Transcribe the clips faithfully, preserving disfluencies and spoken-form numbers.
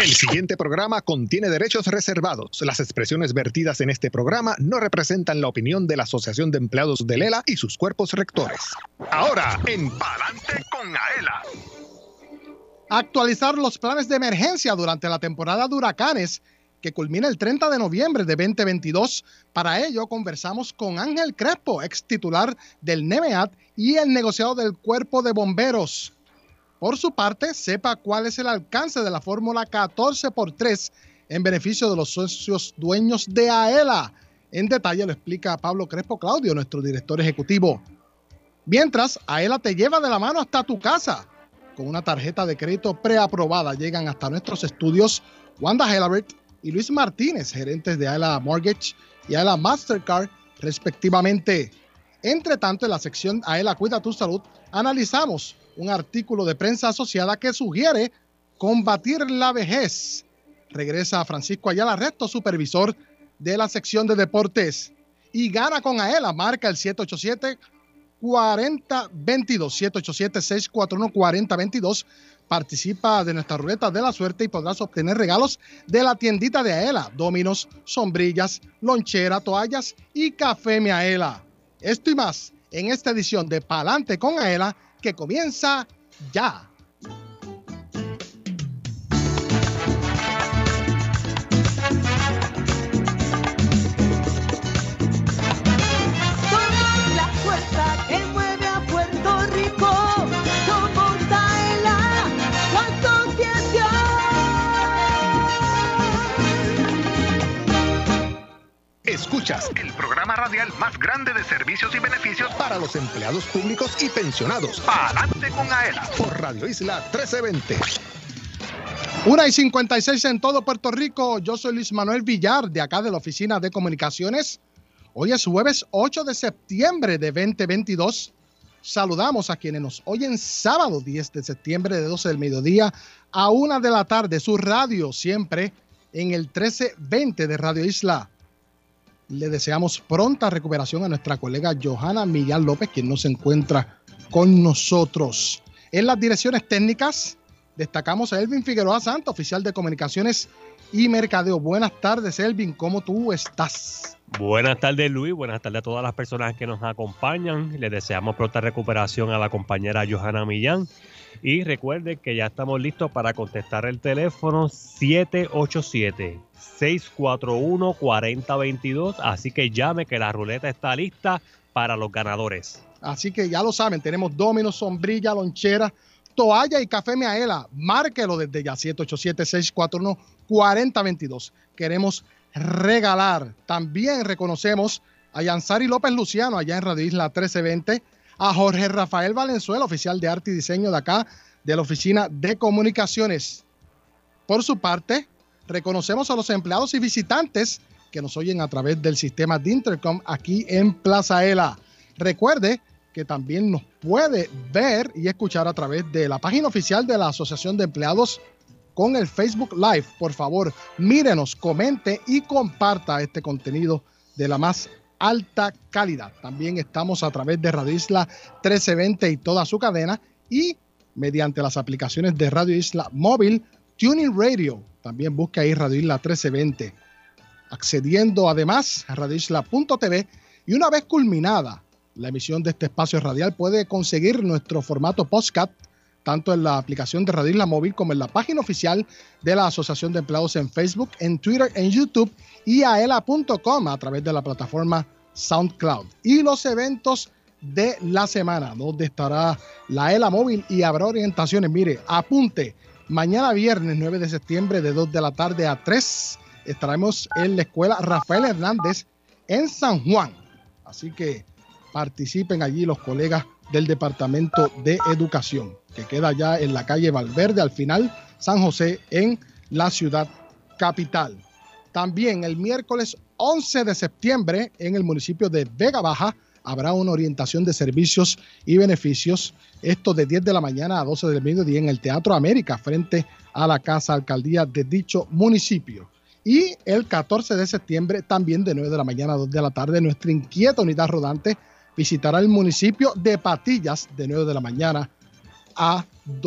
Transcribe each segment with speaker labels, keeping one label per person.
Speaker 1: El siguiente programa contiene derechos reservados. Las expresiones vertidas en este programa no representan la opinión de la Asociación de Empleados de Lela y sus cuerpos rectores. Ahora, en Palante con Aela.
Speaker 2: Actualizar los planes de emergencia durante la temporada de huracanes que culmina el treinta de noviembre de veinte veintidós. Para ello, conversamos con Ángel Crespo, ex titular del NEMEAT y el negociado del Cuerpo de Bomberos. Por su parte, sepa cuál es el alcance de la fórmula catorce por tres en beneficio de los socios dueños de Aela. En detalle lo explica Pablo Crespo Claudio, nuestro director ejecutivo. Mientras, Aela te lleva de la mano hasta tu casa. Con una tarjeta de crédito preaprobada llegan hasta nuestros estudios Wanda Helabert y Luis Martínez, gerentes de Aela Mortgage y Aela Mastercard, respectivamente. Entre tanto, en la sección Aela Cuida tu Salud, analizamos un artículo de prensa asociada que sugiere combatir la vejez. Regresa Francisco Ayala Resto, supervisor de la sección de deportes. Y gana con Aela, marca el siete ocho siete, cuatro cero dos dos, siete ocho siete, seis cuatro uno, cuatro cero dos dos. Participa de nuestra ruleta de la suerte y podrás obtener regalos de la tiendita de Aela: dominos, sombrillas, lonchera, toallas y café Mi Aela. Esto y más en esta edición de Palante con Aela, que comienza ya.
Speaker 3: Somos la fuerza que mueve a Puerto Rico. Somos Aela, la asociación.
Speaker 1: Escuchas el programa radial más grande de servicios y beneficios para los empleados públicos y pensionados. Palante con Aela por Radio Isla trece veinte.
Speaker 2: una y cincuenta y seis en todo Puerto Rico. Yo soy Luis Manuel Villar, de acá de la Oficina de Comunicaciones. Hoy es jueves ocho de septiembre de veinte veintidós. Saludamos a quienes nos oyen sábado diez de septiembre de doce del mediodía a una de la tarde. Su radio siempre en el trece veinte de Radio Isla. Le deseamos pronta recuperación a nuestra colega Johanna Millán López, quien no se encuentra con nosotros. En las direcciones técnicas destacamos a Elvin Figueroa Santos, oficial de Comunicaciones y Mercadeo. Buenas tardes, Elvin, ¿cómo tú estás?
Speaker 4: Buenas tardes, Luis. Buenas tardes a todas las personas que nos acompañan. Les deseamos pronta recuperación a la compañera Johanna Millán. Y recuerden que ya estamos listos para contestar el teléfono siete ocho siete, seis cuatro uno, cuatro cero dos dos. Así que llame, que la ruleta está lista para los ganadores.
Speaker 2: Así que ya lo saben, tenemos dominos, sombrilla, lonchera, toalla y café Mi Aela. Márquelo desde ya, siete ocho siete, seis cuatro uno, cuatro cero dos dos. Queremos regalar. También reconocemos a Yansari López Luciano, allá en Radio Isla trece veinte, a Jorge Rafael Valenzuela, oficial de arte y diseño de acá, de la Oficina de Comunicaciones. Por su parte, reconocemos a los empleados y visitantes que nos oyen a través del sistema de Intercom aquí en Plaza Aela. Recuerde que también nos puede ver y escuchar a través de la página oficial de la Asociación de Empleados con el Facebook Live. Por favor, mírenos, comente y comparta este contenido de la más alta calidad. También estamos a través de Radio Isla trece veinte y toda su cadena, y mediante las aplicaciones de Radio Isla Móvil, Tuning Radio. También busca ahí Radio Isla trece veinte. Accediendo además a radio isla punto t v, y una vez culminada la emisión de este espacio radial, puede conseguir nuestro formato podcast tanto en la aplicación de Radio Isla Móvil como en la página oficial de la Asociación de Empleados en Facebook, en Twitter, en YouTube y aela punto com a través de la plataforma SoundCloud. Y los eventos de la semana, donde estará la Aela Móvil y habrá orientaciones. Mire, apunte, mañana viernes nueve de septiembre de dos de la tarde a tres estaremos en la Escuela Rafael Hernández en San Juan. Así que participen allí los colegas del Departamento de Educación, que queda ya en la calle Valverde, al final San José, en la ciudad capital. También el miércoles once de septiembre en el municipio de Vega Baja habrá una orientación de servicios y beneficios, esto de diez de la mañana a doce del mediodía en el Teatro América, frente a la Casa Alcaldía de dicho municipio. Y el catorce de septiembre, también de nueve de la mañana a dos de la tarde, nuestra inquieta unidad rodante visitará el municipio de Patillas de nueve de la mañana a dos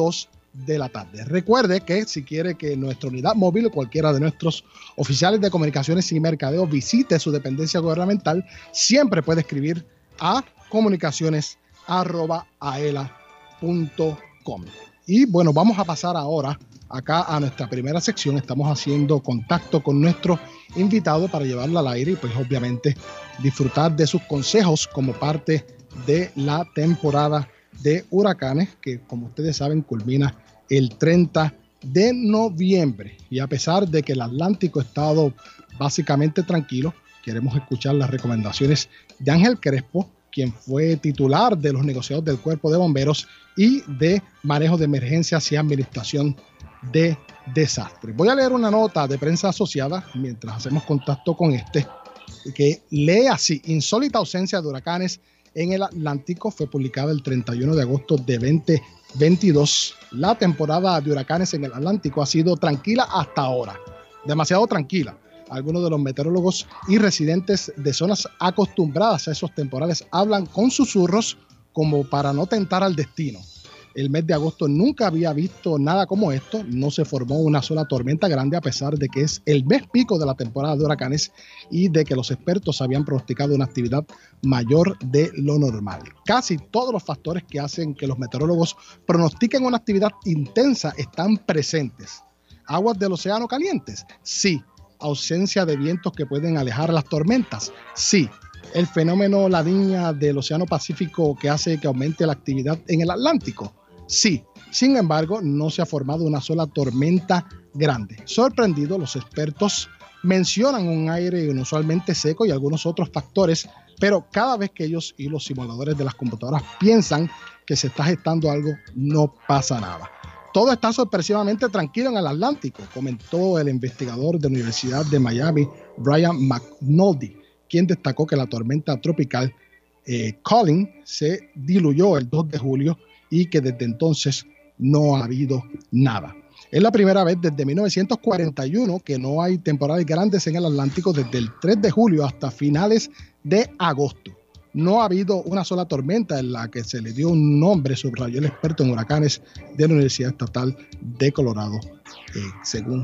Speaker 2: de la tarde. Recuerde que si quiere que nuestra unidad móvil o cualquiera de nuestros oficiales de comunicaciones y mercadeo visite su dependencia gubernamental, siempre puede escribir a comunicaciones arroba aela punto com. Y bueno, vamos a pasar ahora acá a nuestra primera sección. Estamos haciendo contacto con nuestro invitado para llevarlo al aire y pues obviamente disfrutar de sus consejos como parte de la temporada de huracanes que, como ustedes saben, culmina el treinta de noviembre. Y a pesar de que el Atlántico ha estado básicamente tranquilo, queremos escuchar las recomendaciones de Ángel Crespo, quien fue titular de los negociados del Cuerpo de Bomberos y de Manejo de Emergencias y Administración de Desastres. Voy a leer una nota de prensa asociada mientras hacemos contacto con este, que lee así: insólita ausencia de huracanes en el Atlántico. Fue publicada el treinta y uno de agosto de veinte veintidós. La temporada de huracanes en el Atlántico ha sido tranquila hasta ahora, demasiado tranquila. Algunos de los meteorólogos y residentes de zonas acostumbradas a esos temporales hablan con susurros como para no tentar al destino. El mes de agosto nunca había visto nada como esto. No se formó una sola tormenta grande a pesar de que es el mes pico de la temporada de huracanes y de que los expertos habían pronosticado una actividad mayor de lo normal. Casi todos los factores que hacen que los meteorólogos pronostiquen una actividad intensa están presentes. ¿Aguas del océano calientes? Sí. ¿Ausencia de vientos que pueden alejar las tormentas? Sí. ¿El fenómeno La Niña del Océano Pacífico que hace que aumente la actividad en el Atlántico? Sí. Sin embargo, no se ha formado una sola tormenta grande. Sorprendidos, los expertos mencionan un aire inusualmente seco y algunos otros factores, pero cada vez que ellos y los simuladores de las computadoras piensan que se está gestando algo, no pasa nada. Todo está sorpresivamente tranquilo en el Atlántico, comentó el investigador de la Universidad de Miami, Brian McNulty, quien destacó que la tormenta tropical eh, Colin se diluyó el dos de julio y que desde entonces no ha habido nada. Es la primera vez desde mil novecientos cuarenta y uno que no hay temporales grandes en el Atlántico desde el tres de julio hasta finales de agosto. No ha habido una sola tormenta en la que se le dio un nombre, subrayó el experto en huracanes de la Universidad Estatal de Colorado, eh, según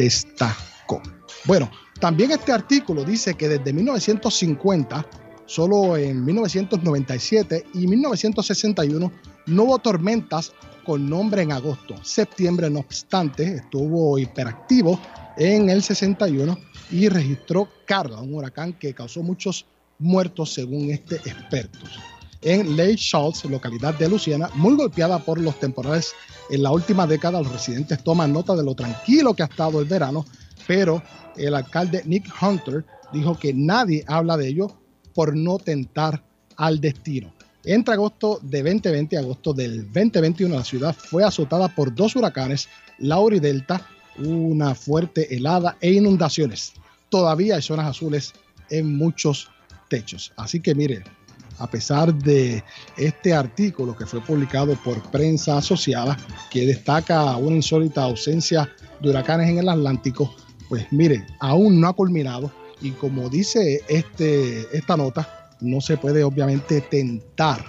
Speaker 2: destacó. Bueno, también este artículo dice que desde mil novecientos cincuenta, solo en mil novecientos noventa y siete y mil novecientos sesenta y uno no hubo tormentas con nombre en agosto. Septiembre, no obstante, estuvo hiperactivo en el sesenta y uno y registró Carla, un huracán que causó muchos muertos según este expertos. En Lake Charles, localidad de Luisiana, muy golpeada por los temporales en la última década, los residentes toman nota de lo tranquilo que ha estado el verano, pero el alcalde Nick Hunter dijo que nadie habla de ello por no tentar al destino. Entre agosto de veinte veinte y agosto del veinte veintiuno, la ciudad fue azotada por dos huracanes, Laura y Delta, una fuerte helada e inundaciones. Todavía hay zonas azules en muchos techos. Así que mire, a pesar de este artículo que fue publicado por Prensa Asociada, que destaca una insólita ausencia de huracanes en el Atlántico, pues mire, aún no ha culminado y como dice este, esta nota, no se puede obviamente tentar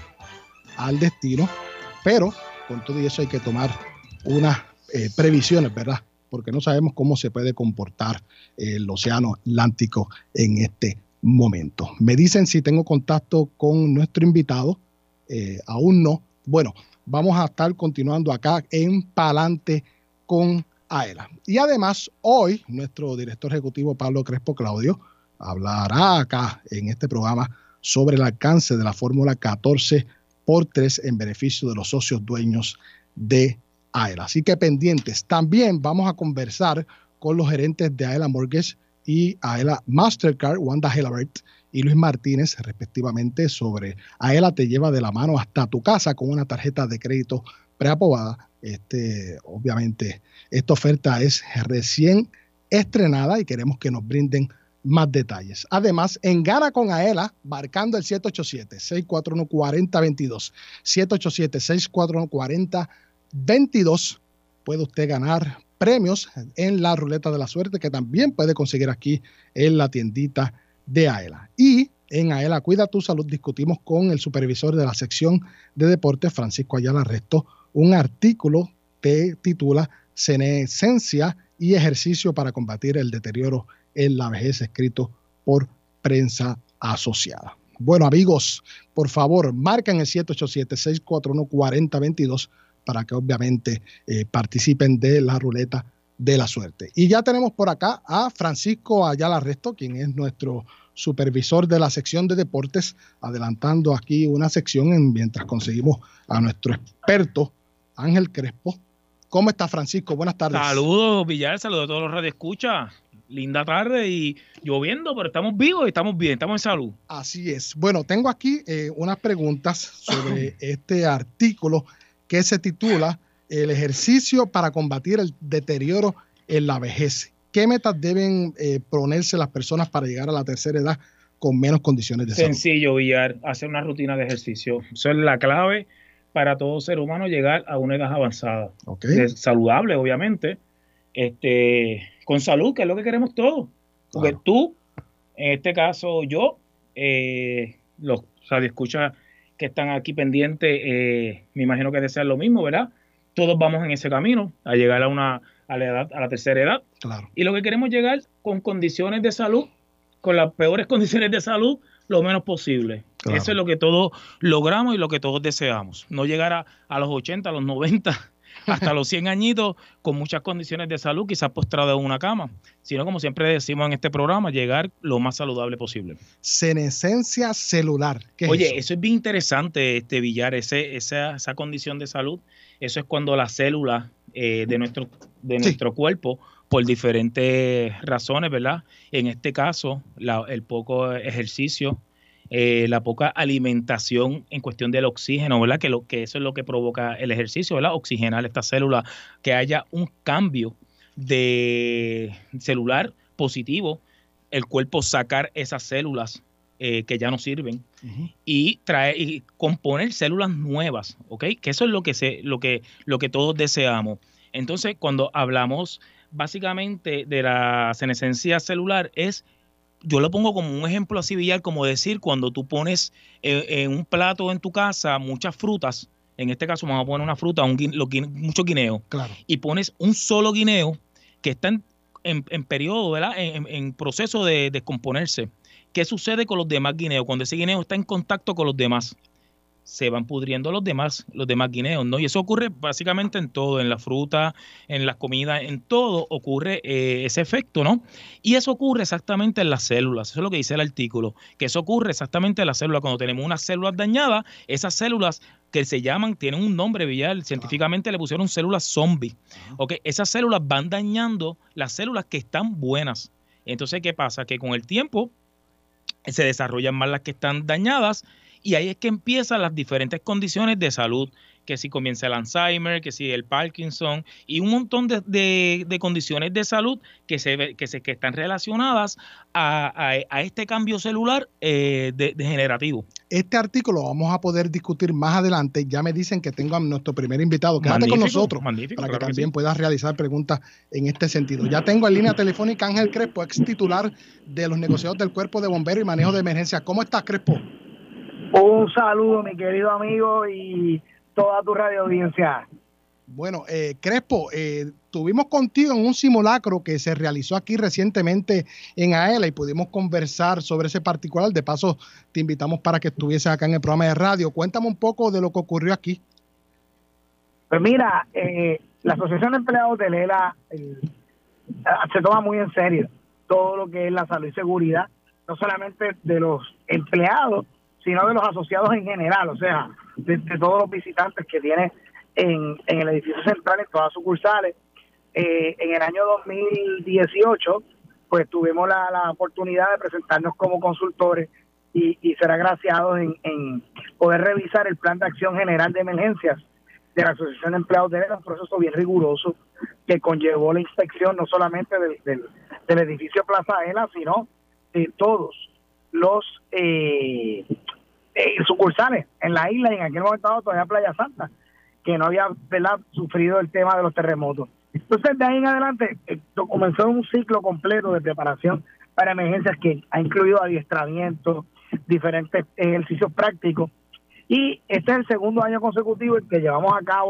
Speaker 2: al destino, pero con todo eso hay que tomar unas eh, previsiones, ¿verdad? Porque no sabemos cómo se puede comportar el océano Atlántico en este momento. Me dicen si tengo contacto con nuestro invitado. Eh, aún no. Bueno, vamos a estar continuando acá en Palante con AELA. Y además, hoy nuestro director ejecutivo Pablo Crespo Claudio hablará acá en este programa sobre el alcance de la fórmula catorce por tres en beneficio de los socios dueños de AELA. Así que pendientes. También vamos a conversar con los gerentes de AELA Mortgage y AELA Mastercard, Wanda Helabert y Luis Martínez, respectivamente, sobre AELA te lleva de la mano hasta tu casa con una tarjeta de crédito preaprobada. Este, obviamente, esta oferta es recién estrenada y queremos que nos brinden más detalles. Además, en Gana con AELA, marcando el siete ocho siete, seis cuatro uno, cuatro cero dos dos, siete ocho siete, seis cuatro uno, cuatro cero dos dos, puede usted ganar premios en la ruleta de la suerte que también puede conseguir aquí en la tiendita de AELA. Y en AELA Cuida tu Salud discutimos con el supervisor de la sección de deportes, Francisco Ayala Resto, un artículo que titula Senescencia y ejercicio para combatir el deterioro en la vejez, escrito por Prensa Asociada. Bueno, amigos, por favor, marquen el siete ocho siete, seis cuatro uno, cuatro cero dos dos para que obviamente eh, participen de la ruleta de la suerte. Y ya tenemos por acá a Francisco Ayala Resto, quien es nuestro supervisor de la sección de deportes, adelantando aquí una sección en, mientras conseguimos a nuestro experto Ángel Crespo. ¿Cómo está, Francisco? Buenas tardes.
Speaker 5: Saludos, Villar, saludos a todos los radioescuchas. Linda tarde y lloviendo, pero estamos vivos y estamos bien, estamos en salud.
Speaker 2: Así es. Bueno, tengo aquí eh, unas preguntas sobre este artículo que se titula El ejercicio para combatir el deterioro en la vejez. ¿Qué metas deben eh, ponerse las personas para llegar a la tercera edad con menos condiciones de salud?
Speaker 5: Sencillo, Villar, hacer una rutina de ejercicio. Eso es la clave para todo ser humano, llegar a una edad avanzada.
Speaker 2: Okay.
Speaker 5: De, saludable, obviamente. Este, con salud, que es lo que queremos todos. Porque
Speaker 2: Claro.
Speaker 5: tú, en este caso yo, eh, los radioescuchas que están aquí pendientes, eh, me imagino que desean lo mismo, ¿verdad? Todos vamos en ese camino, a llegar a una a la edad, a la tercera edad.
Speaker 2: Claro.
Speaker 5: Y lo que queremos es llegar con condiciones de salud, con las peores condiciones de salud, lo menos posible.
Speaker 2: Claro.
Speaker 5: Eso es lo que todos logramos y lo que todos deseamos. No llegar a, a los ochenta, a los noventa, hasta los cien añitos con muchas condiciones de salud, quizás postrado en una cama, sino, como siempre decimos en este programa, llegar lo más saludable posible.
Speaker 2: Senescencia celular. ¿Qué es
Speaker 5: Oye,
Speaker 2: eso?
Speaker 5: eso es bien interesante, este Villar, ese, esa, esa condición de salud. Eso es cuando las células eh, de, nuestro, de
Speaker 2: Sí.
Speaker 5: nuestro cuerpo, por diferentes razones, ¿verdad? En este caso, la, el poco ejercicio, eh, la poca alimentación en cuestión del oxígeno, ¿verdad? Que, lo, que eso es lo que provoca el ejercicio, ¿verdad? Oxigenar estas células, que haya un cambio de celular positivo, el cuerpo sacar esas células eh, que ya no sirven
Speaker 2: Uh-huh.
Speaker 5: y traer y componer células nuevas, ¿ok? Que eso es lo que se, lo que, lo que todos deseamos. Entonces, cuando hablamos básicamente de la senescencia celular, es, yo lo pongo como un ejemplo así, Villar, como decir, cuando tú pones eh, en un plato en tu casa muchas frutas, en este caso vamos a poner una fruta, un, guine- los guine- muchos guineos,
Speaker 2: Claro.
Speaker 5: y pones un solo guineo que está en, en, en periodo, ¿verdad? En, en proceso de descomponerse. ¿Qué sucede con los demás guineos? Cuando ese guineo está en contacto con los demás, se van pudriendo los demás, los demás guineos, ¿no? Y eso ocurre básicamente en todo, en la fruta, en las comidas, en todo ocurre eh, ese efecto, ¿no? Y eso ocurre exactamente en las células, eso es lo que dice el artículo, que eso ocurre exactamente en las células. Cuando tenemos unas células dañadas, esas células que se llaman, tienen un nombre, Villar, científicamente le pusieron células zombie, ¿ok? Esas células van dañando las células que están buenas. Entonces, ¿qué pasa? Que con el tiempo se desarrollan más las que están dañadas, y ahí es que empiezan las diferentes condiciones de salud, que si comienza el Alzheimer, que si el Parkinson y un montón de, de, de condiciones de salud que se ve- que se que están relacionadas a, a, a este cambio celular eh, de- degenerativo.
Speaker 2: Este artículo lo vamos a poder discutir más adelante. Ya me dicen que tengo a nuestro primer invitado. Quédate con
Speaker 5: Magnífico,
Speaker 2: nosotros
Speaker 5: magnífico,
Speaker 2: para que
Speaker 5: claro que
Speaker 2: también
Speaker 5: sí.
Speaker 2: puedas realizar preguntas en este sentido. Ya tengo en línea telefónica a Ángel Crespo, ex titular de los negociados del Cuerpo de Bomberos y Manejo de Emergencias. ¿Cómo estás, Crespo?
Speaker 6: Un saludo, mi querido amigo, y toda tu radio audiencia.
Speaker 2: Bueno, eh, Crespo, eh, tuvimos contigo en un simulacro que se realizó aquí recientemente en AELA y pudimos conversar sobre ese particular. De paso, te invitamos para que estuvieses acá en el programa de radio. Cuéntame un poco de lo que ocurrió aquí.
Speaker 6: Pues mira, eh, la Asociación de Empleados de Lela eh, se toma muy en serio todo lo que es la salud y seguridad, no solamente de los empleados, sino de los asociados en general, o sea, de, de todos los visitantes que tiene en, en el edificio central, en todas las sucursales. Eh, en el año dos mil dieciocho, pues tuvimos la, la oportunidad de presentarnos como consultores y, y ser agraciados en, en poder revisar el plan de acción general de emergencias de la Asociación de Empleados de Lela, un proceso bien riguroso que conllevó la inspección no solamente del, del, del edificio Plaza Ela, sino de todos los eh, eh, sucursales en la isla y en aquel momento dado todavía Playa Santa, que no había, ¿verdad?, sufrido el tema de los terremotos. Entonces, de ahí en adelante, eh, comenzó un ciclo completo de preparación para emergencias que ha incluido adiestramiento, diferentes ejercicios prácticos, y este es el segundo año consecutivo en que llevamos a cabo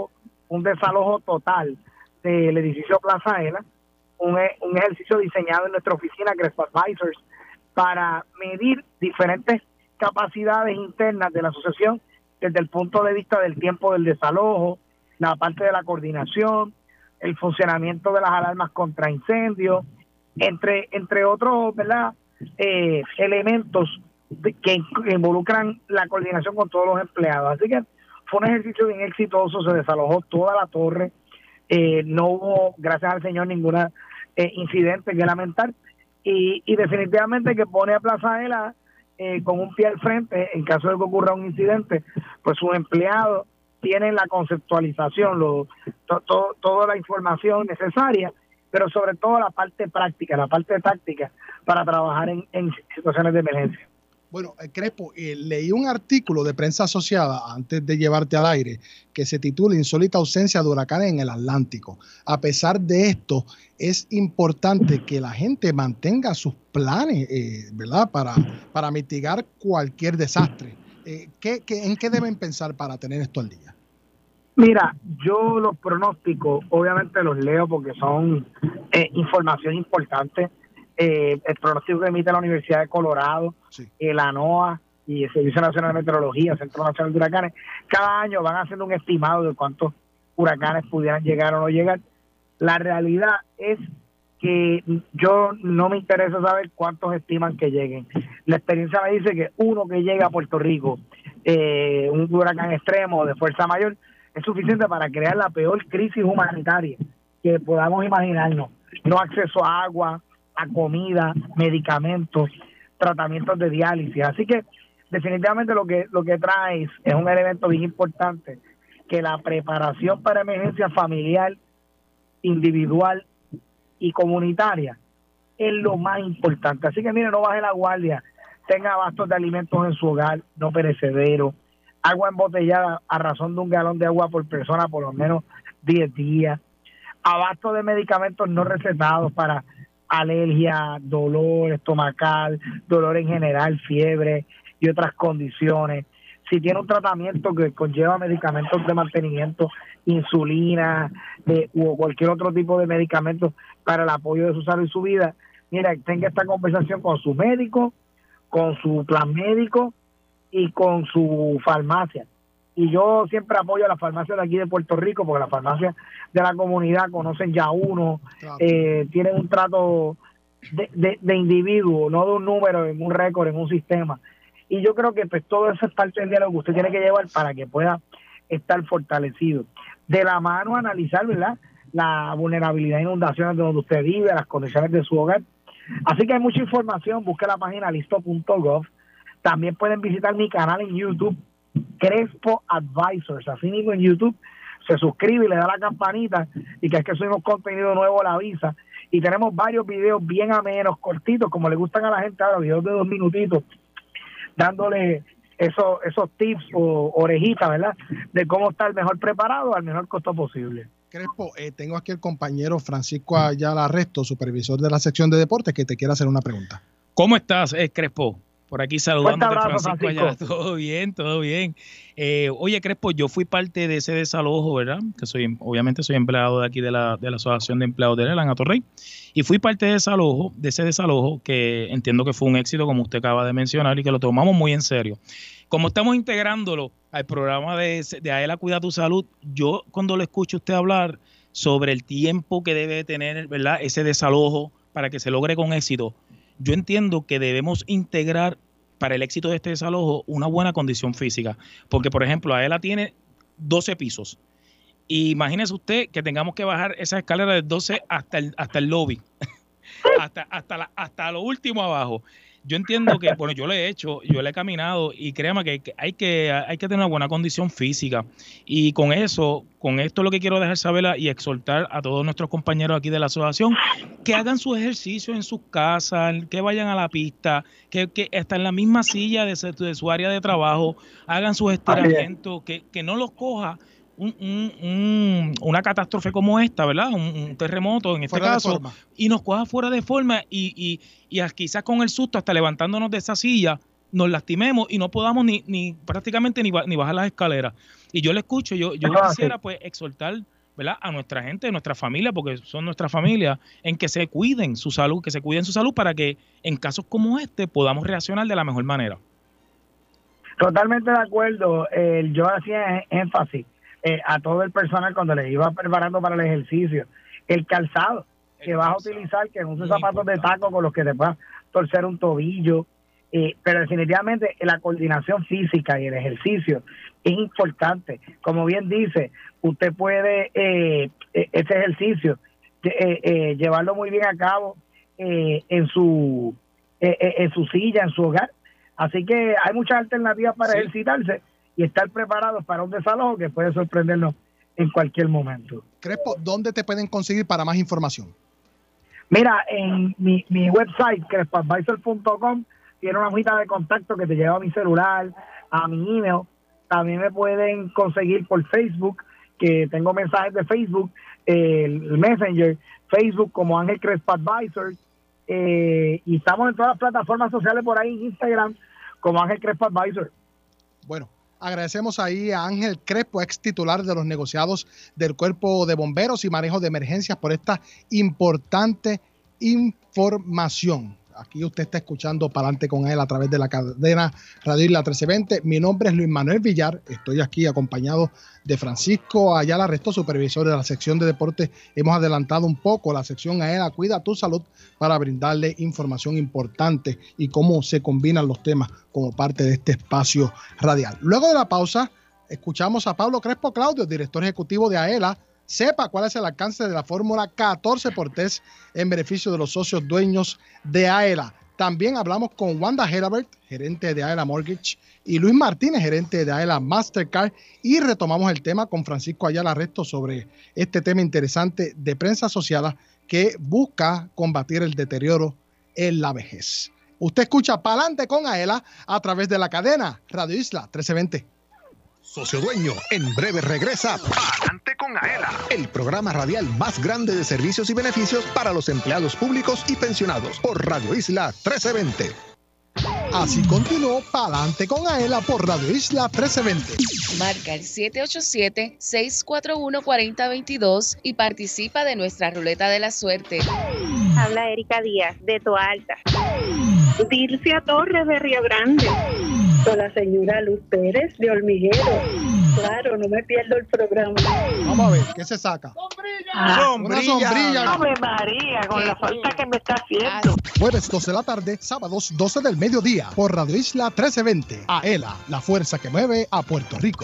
Speaker 6: un desalojo total del edificio Plaza Ela, un, un ejercicio diseñado en nuestra oficina Crespo Advisors para medir diferentes capacidades internas de la asociación desde el punto de vista del tiempo del desalojo, la parte de la coordinación, el funcionamiento de las alarmas contra incendios, entre entre otros, ¿verdad? Eh, elementos que involucran la coordinación con todos los empleados. Así que fue un ejercicio bien exitoso, se desalojó toda la torre, eh, no hubo, gracias al Señor, ninguna eh, incidente que lamentar, y, y definitivamente que pone a Plaza Ela eh, con un pie al frente en caso de que ocurra un incidente, pues sus empleados tienen la conceptualización, lo, to, to, toda la información necesaria, pero sobre todo la parte práctica, la parte táctica para trabajar en, en situaciones de emergencia.
Speaker 2: Bueno, eh, Crespo, eh, leí un artículo de prensa asociada antes de llevarte al aire que se titula Insólita ausencia de huracanes en el Atlántico. A pesar de esto, es importante que la gente mantenga sus planes, eh, ¿verdad? Para, para mitigar cualquier desastre. Eh, ¿qué, qué, ¿En qué deben pensar para tener esto al día?
Speaker 6: Mira, yo los pronósticos, obviamente los leo porque son eh, información importante. Eh, el pronóstico que emite la Universidad de Colorado, sí. eh, la NOAA y el Servicio Nacional de Meteorología, Centro Nacional de Huracanes, cada año van haciendo un estimado de cuántos huracanes pudieran llegar o no llegar. La realidad es que yo no me interesa saber cuántos estiman que lleguen. La experiencia me dice que uno que llega a Puerto Rico, eh, un huracán extremo de fuerza mayor, es suficiente para crear la peor crisis humanitaria que podamos imaginarnos. No acceso a agua, a comida, medicamentos, tratamientos de diálisis. Así que definitivamente lo que lo que trae es un elemento bien importante, que la preparación para emergencia familiar, individual y comunitaria es lo más importante. Así que mire, no baje la guardia, tenga abastos de alimentos en su hogar, no perecederos, agua embotellada a razón de un galón de agua por persona por lo menos diez días, abasto de medicamentos no recetados para alergia, dolor estomacal, dolor en general, fiebre y otras condiciones. Si tiene un tratamiento que conlleva medicamentos de mantenimiento, insulina eh, o cualquier otro tipo de medicamento para el apoyo de su salud y su vida, mira, tenga esta conversación con su médico, con su plan médico y con su farmacia. Y yo siempre apoyo a las farmacias de aquí de Puerto Rico, porque las farmacias de la comunidad conocen ya uno, claro. eh, tienen un trato de, de, de individuo, no de un número, en un récord, en un sistema. Y yo creo que pues todo eso es parte del diálogo que usted tiene que llevar para que pueda estar fortalecido. De la mano analizar, ¿verdad?, la vulnerabilidad de inundaciones de donde usted vive, las condiciones de su hogar. Así que hay mucha información, busque la página listo punto gov. También pueden visitar mi canal en YouTube, Crespo Advisors, así mismo en YouTube, se suscribe y le da la campanita y que es que subimos contenido nuevo la avisa, y tenemos varios videos bien amenos, cortitos, como le gustan a la gente ahora, videos de dos minutitos, dándole esos, esos tips o orejitas, ¿verdad?, de cómo estar mejor preparado al menor costo posible.
Speaker 2: Crespo, eh, tengo aquí el compañero Francisco Ayala Resto, supervisor de la sección de deportes, que te quiere hacer una pregunta.
Speaker 5: ¿Cómo estás, eh, Crespo? Por aquí saludándote,
Speaker 6: abrazo,
Speaker 5: Francisco, allá. Todo bien, todo bien. Eh, oye, Crespo, yo fui parte de ese desalojo, ¿verdad? Que soy, obviamente soy empleado de aquí de la, de la Asociación de Empleados de Lela en Atorrey. Y fui parte de, desalojo, de ese desalojo que entiendo que fue un éxito, como usted acaba de mencionar, y que lo tomamos muy en serio. Como estamos integrándolo al programa de, de Aela Cuida tu Salud, yo cuando le escucho a usted hablar sobre el tiempo que debe tener, ¿verdad?, ese desalojo para que se logre con éxito, yo entiendo que debemos integrar para el éxito de este desalojo una buena condición física. Porque, por ejemplo, Aela tiene doce pisos. Y imagínese usted que tengamos que bajar esa escalera de doce hasta el, hasta el lobby, hasta, hasta, la, hasta lo último abajo. Yo entiendo que, bueno, yo lo he hecho, yo lo he caminado y créame que hay que hay que tener una buena condición física. Y con eso, con esto lo que quiero dejar saber y exhortar a todos nuestros compañeros aquí de la asociación, que hagan su ejercicio en sus casas, que vayan a la pista, que, que hasta en la misma silla de su, de su área de trabajo, hagan sus estiramientos, que, que no los coja Un, un, un, una catástrofe como esta, ¿verdad? Un, un terremoto en este fuera caso, y nos coja fuera de forma y, y, y quizás con el susto hasta levantándonos de esa silla nos lastimemos y no podamos ni, ni prácticamente ni, ni bajar las escaleras. Y yo le escucho, yo, yo
Speaker 6: Ah,
Speaker 5: quisiera
Speaker 6: sí.
Speaker 5: pues exhortar, ¿verdad?, a nuestra gente, a nuestra familia, porque son nuestra familia, en que se cuiden su salud, que se cuiden su salud para que en casos como este podamos reaccionar de la mejor manera.
Speaker 6: Totalmente de acuerdo. Eh, yo hacía énfasis eh, a todo el personal cuando les iba preparando para el ejercicio. El calzado que
Speaker 5: El
Speaker 6: vas a
Speaker 5: calzado.
Speaker 6: utilizar, que no uses
Speaker 5: Muy
Speaker 6: zapatos de
Speaker 5: importante.
Speaker 6: taco con los que te puedas torcer un tobillo. Eh, pero definitivamente la coordinación física y el ejercicio es importante. Como bien dice, usted puede eh, eh, ese ejercicio eh, eh, llevarlo muy bien a cabo eh, en su eh, eh, en su silla, en su hogar. Así que hay muchas alternativas para
Speaker 5: Sí.
Speaker 6: ejercitarse y estar preparados para un desalojo que puede sorprendernos en cualquier momento.
Speaker 2: Crespo, ¿dónde te pueden conseguir para más información?
Speaker 6: Mira, en mi, mi website, crespo advisor punto com, tiene una hojita de contacto que te lleva a mi celular, a mi email. También me pueden conseguir por Facebook, que tengo mensajes de Facebook, eh, el Messenger, Facebook como Ángel Crespo Advisor. Eh, y estamos en todas las plataformas sociales por ahí, en Instagram, como Ángel Crespo Advisor.
Speaker 2: Bueno, agradecemos ahí a Ángel Crespo, ex titular de los negociados del Cuerpo de Bomberos y Manejo de Emergencias, por esta importante información. Aquí usted está escuchando Pa'lante con él a través de la cadena Radio Isla trece veinte. Mi nombre es Luis Manuel Villar. Estoy aquí acompañado de Francisco Ayala Resto, supervisor de la sección de deportes. Hemos adelantado un poco la sección Aela Cuida tu Salud para brindarle información importante y cómo se combinan los temas como parte de este espacio radial. Luego de la pausa, escuchamos a Pablo Crespo Claudio, director ejecutivo de Aela. Sepa cuál es el alcance de la fórmula catorce por tres en beneficio de los socios dueños de Aela. También hablamos con Wanda Helabert, gerente de Aela Mortgage, y Luis Martínez, gerente de Aela Mastercard, y retomamos el tema con Francisco Ayala Resto sobre este tema interesante de prensa asociada que busca combatir el deterioro en la vejez. Usted escucha Pa'lante con Aela a través de la cadena Radio Isla trece veinte.
Speaker 1: Socio Dueño, en breve regresa Pa'lante con Aela, el programa radial más grande de servicios y beneficios para los empleados públicos y pensionados por Radio Isla trece veinte.
Speaker 2: Así continuó Pa'lante con Aela por Radio Isla trece veinte.
Speaker 7: Marca el siete ocho siete, seis cuatro uno, cuatro cero dos dos y participa de nuestra ruleta de la suerte.
Speaker 8: Habla Erika Díaz, de Toalta. Dircia Torres, de Río Grande. Con la señora Luz Pérez, de Hormiguero. Claro, no me pierdo el programa.
Speaker 2: Vamos a ver, ¿qué se saca?
Speaker 8: Ah,
Speaker 2: Una sombrilla.
Speaker 8: ¡Ave María! Con la falta que me está haciendo.
Speaker 2: Jueves doce de la tarde, sábados doce del mediodía, por Radio Isla trece veinte. Aela, la fuerza que mueve a Puerto Rico.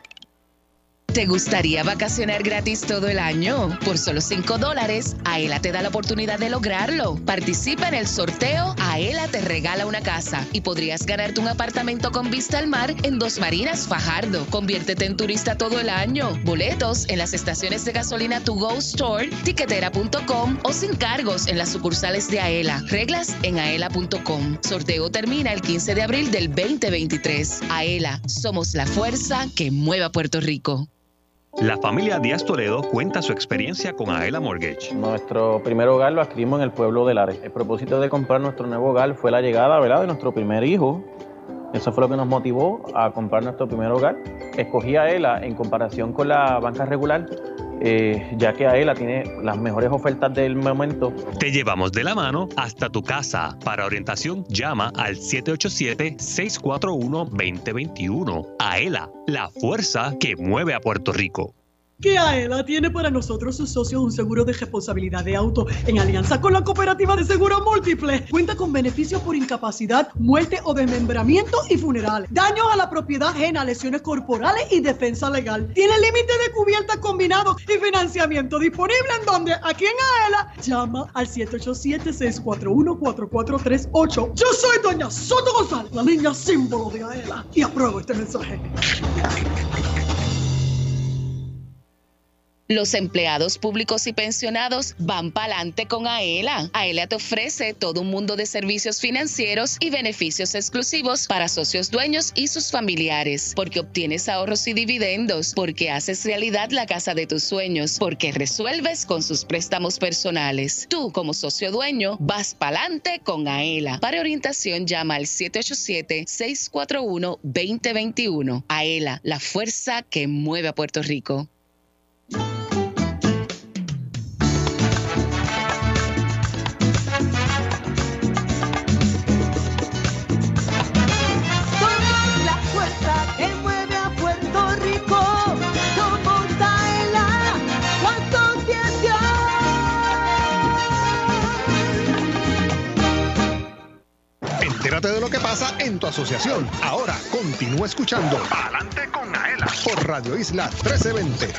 Speaker 7: ¿Te gustaría vacacionar gratis todo el año? Por solo cinco dólares, Aela te da la oportunidad de lograrlo. Participa en el sorteo Aela te regala una casa y podrías ganarte un apartamento con vista al mar en Dos Marinas, Fajardo. Conviértete en turista todo el año. Boletos en las estaciones de gasolina To Go Store, tiquetera punto com o sin cargos en las sucursales de Aela. Reglas en aela punto com. Sorteo termina el quince de abril del veinte veintitrés. Aela, somos la fuerza que mueve a Puerto Rico.
Speaker 9: La familia Díaz Toledo cuenta su experiencia con Aela Mortgage.
Speaker 10: Nuestro primer hogar lo adquirimos en el pueblo de Lares. El propósito de comprar nuestro nuevo hogar fue la llegada, ¿verdad?, de nuestro primer hijo. Eso fue lo que nos motivó a comprar nuestro primer hogar. Escogí a Aela en comparación con la banca regular, eh, ya que Aela tiene las mejores ofertas del momento.
Speaker 9: Te llevamos de la mano hasta tu casa. Para orientación, llama al siete ocho siete, seis cuatro uno, dos cero dos uno. Aela, la fuerza que mueve a Puerto Rico.
Speaker 11: Que Aela tiene para nosotros sus socios un seguro de responsabilidad de auto en alianza con la Cooperativa de Seguro Múltiple. Cuenta con beneficios por incapacidad, muerte o desmembramiento y funeral, daños a la propiedad ajena, lesiones corporales y defensa legal. Tiene límite de cubierta combinado y financiamiento disponible en donde, aquí en Aela, llama al siete ocho siete, seis cuatro uno, cuatro cuatro tres ocho. Yo soy doña Soto González, la niña símbolo de Aela, y apruebo este mensaje.
Speaker 7: Los empleados públicos y pensionados van pa'lante con Aela. Aela te ofrece todo un mundo de servicios financieros y beneficios exclusivos para socios dueños y sus familiares, porque obtienes ahorros y dividendos, porque haces realidad la casa de tus sueños, porque resuelves con sus préstamos personales. Tú, como socio dueño, vas pa'lante con Aela. Para orientación, llama al siete ocho siete, seis cuatro uno, dos cero dos uno. Aela, la fuerza que mueve a Puerto Rico.
Speaker 1: Entérate de lo que pasa en tu asociación. Ahora continúa escuchando Adelante con Aela por Radio Isla trece veinte.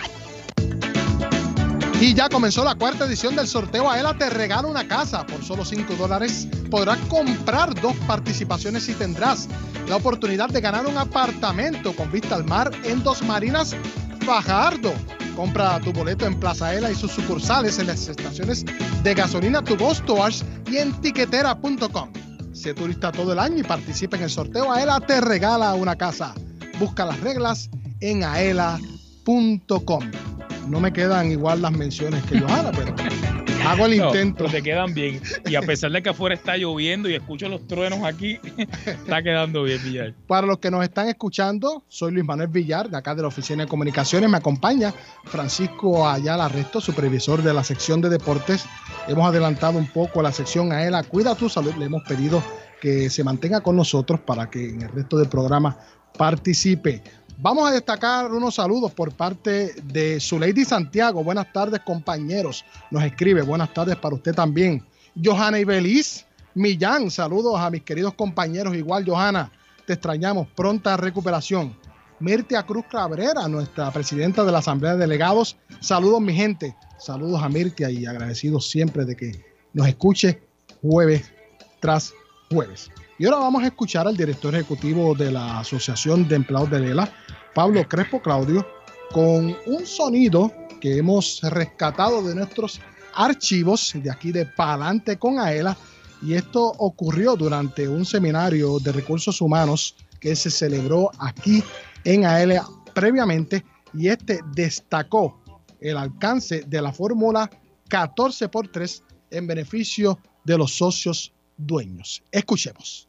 Speaker 2: Y ya comenzó la cuarta edición del sorteo Aela te regala una casa. Por solo cinco dólares podrás comprar dos participaciones y tendrás la oportunidad de ganar un apartamento con vista al mar en Dos Marinas, Fajardo. Compra tu boleto en Plaza Aela y sus sucursales en las estaciones de gasolina To Go Stores y en tiquetera punto com. Sé turista todo el año y participa en el sorteo Aela te regala una casa. Busca las reglas en aela punto com. No me quedan igual las menciones que Johanna, pero hago el intento.
Speaker 5: No, pero te quedan bien. Y a pesar de que afuera está lloviendo y escucho los truenos aquí, está quedando bien, Villar.
Speaker 2: Para los que nos están escuchando, soy Luis Manuel Villar, de acá de la Oficina de Comunicaciones. Me acompaña Francisco Ayala Resto, supervisor de la sección de deportes. Hemos adelantado un poco la sección Aela Cuida tu Salud. Le hemos pedido que se mantenga con nosotros para que en el resto del programa participe. Vamos a destacar unos saludos por parte de Zuleidi Santiago. Buenas tardes, compañeros. Nos escribe, buenas tardes para usted también. Johanna Ibeliz Millán, saludos a mis queridos compañeros. Igual, Johanna, te extrañamos. Pronta recuperación. Mirtia Cruz Cabrera, nuestra presidenta de la Asamblea de Delegados. Saludos, mi gente. Saludos a Mirtia y agradecidos siempre de que nos escuche jueves tras jueves. Y ahora vamos a escuchar al director ejecutivo de la Asociación de Empleados de Lela, Pablo Crespo Claudio, con un sonido que hemos rescatado de nuestros archivos de aquí de Palante con Aela. Y esto ocurrió durante un seminario de recursos humanos que se celebró aquí en Aela previamente, y este destacó el alcance de la fórmula catorce por tres en beneficio de los socios dueños. Escuchemos.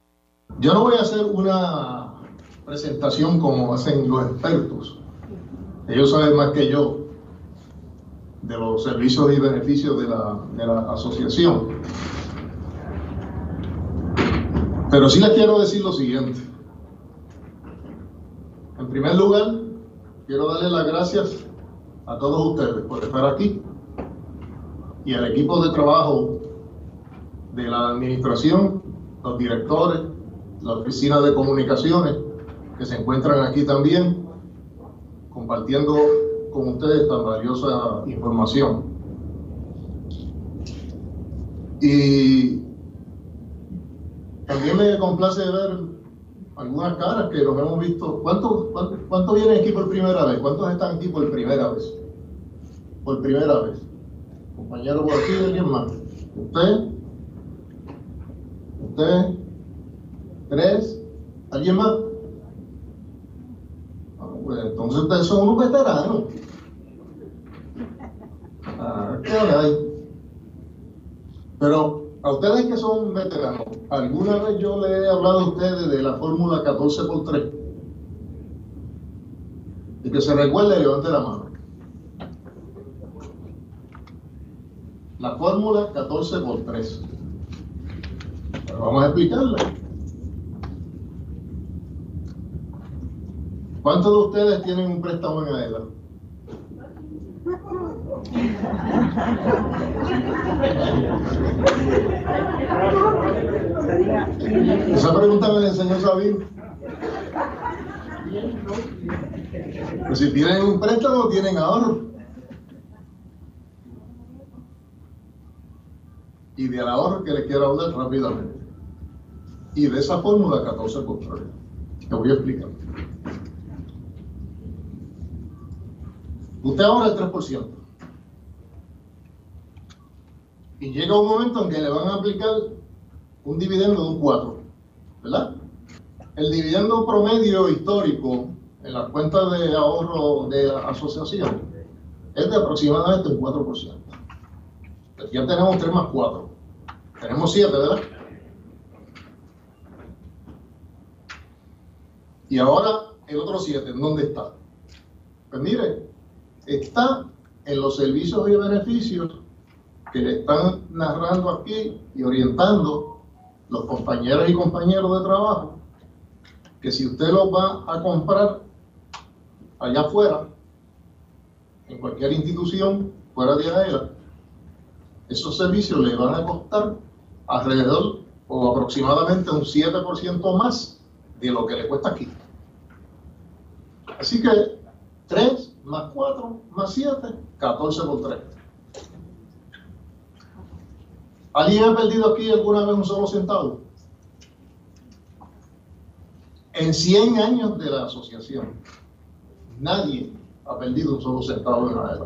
Speaker 12: Yo no voy a hacer una presentación como hacen los expertos. Ellos saben más que yo de los servicios y beneficios de la, de la asociación. Pero sí les quiero decir lo siguiente. En primer lugar, quiero darle las gracias a todos ustedes por estar aquí y al equipo de trabajo de la administración, los directores, la oficina de comunicaciones que se encuentran aquí también compartiendo con ustedes tan valiosa información. Y también me complace ver algunas caras que nos hemos visto. ¿Cuántos cuánto, cuánto vienen aquí por primera vez? ¿Cuántos están aquí por primera vez? Por primera vez. Compañero por aquí, ¿alguien más? ¿Usted? ¿Usted? ¿Tres? ¿Alguien más? Ah, pues entonces ustedes son unos veteranos. Ah, ¿qué hora hay? Pero a ustedes que son veteranos, ¿alguna vez yo le he hablado a ustedes de la fórmula catorce por tres? Y que se recuerde, levante la mano. La fórmula catorce por tres. Pero vamos a explicarla. ¿Cuántos de ustedes tienen un préstamo en Aela? Esa pregunta me la enseñó Sabino. Pues si tienen un préstamo, tienen ahorro. Y del ahorro que les quiero hablar rápidamente. Y de esa fórmula catorce por tres. Te voy a explicar. Usted ahorra el tres por ciento. Y llega un momento en que le van a aplicar un dividendo de un cuatro, ¿verdad? El dividendo promedio histórico en las cuentas de ahorro de la asociación es de aproximadamente un cuatro por ciento. Ya tenemos tres más cuatro. Tenemos siete, ¿verdad? Y ahora el otro siete, ¿en dónde está? Pues mire, está en los servicios y beneficios que le están narrando aquí y orientando los compañeros y compañeros de trabajo, que si usted los va a comprar allá afuera, en cualquier institución fuera de AELA, esos servicios le van a costar alrededor o aproximadamente un siete por ciento más de lo que le cuesta aquí. Así que tres más cuatro más siete, catorce por tres. ¿Alguien ha perdido aquí alguna vez un solo centavo? En cien años de la asociación, nadie ha perdido un solo centavo en AELA.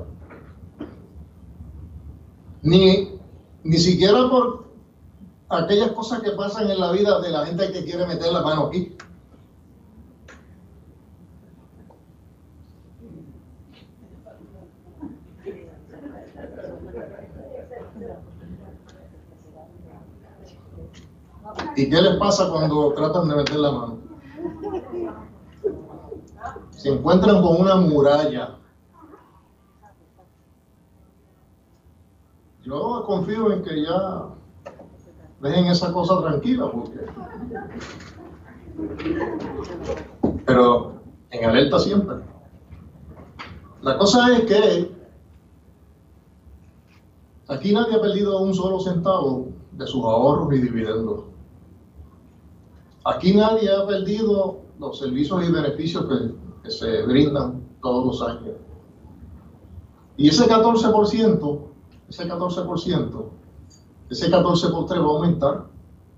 Speaker 12: Ni, ni siquiera por aquellas cosas que pasan en la vida de la gente que quiere meter la mano aquí. ¿Y qué les pasa cuando tratan de meter la mano? Se encuentran con una muralla. Yo confío en que ya dejen esa cosa tranquila, porque... Pero en alerta siempre. La cosa es que aquí nadie ha perdido un solo centavo de sus ahorros y dividendos. Aquí nadie ha perdido los servicios y beneficios que, que se brindan todos los años. Y ese catorce por ciento, ese catorce por ciento, ese catorce por tres va a aumentar.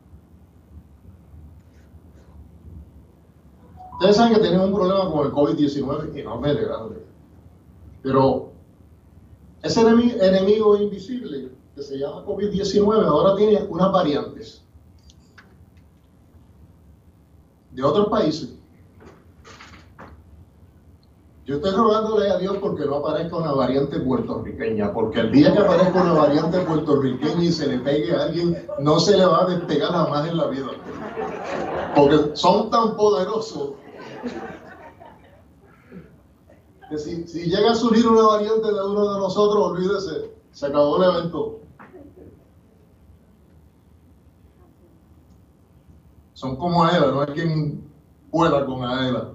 Speaker 12: Ustedes saben que tenemos un problema con el COVID diecinueve enorme de grande. Pero ese enemigo, enemigo invisible que se llama COVID diecinueve ahora tiene unas variantes de otros países. Yo estoy rogándole a Dios porque no aparezca una variante puertorriqueña, porque el día que aparezca una variante puertorriqueña y se le pegue a alguien, no se le va a despegar jamás en la vida. Porque son tan poderosos que si, si llega a surgir una variante de uno de nosotros, olvídese, se acabó el evento. Son como AELA, no hay quien pueda con AELA.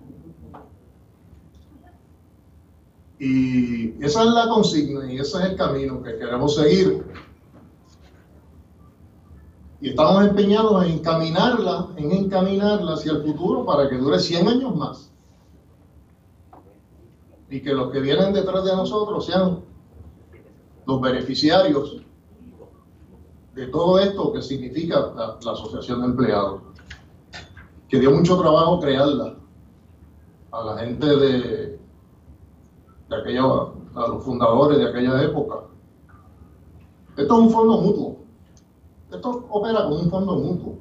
Speaker 12: Y esa es la consigna y ese es el camino que queremos seguir. Y estamos empeñados en encaminarla, en encaminarla hacia el futuro para que dure cien años más. Y que los que vienen detrás de nosotros sean los beneficiarios de todo esto que significa la, la Asociación de Empleados, que dio mucho trabajo crearla a la gente de, de aquella, a los fundadores de aquella época. Esto es un fondo mutuo. Esto opera como un fondo mutuo.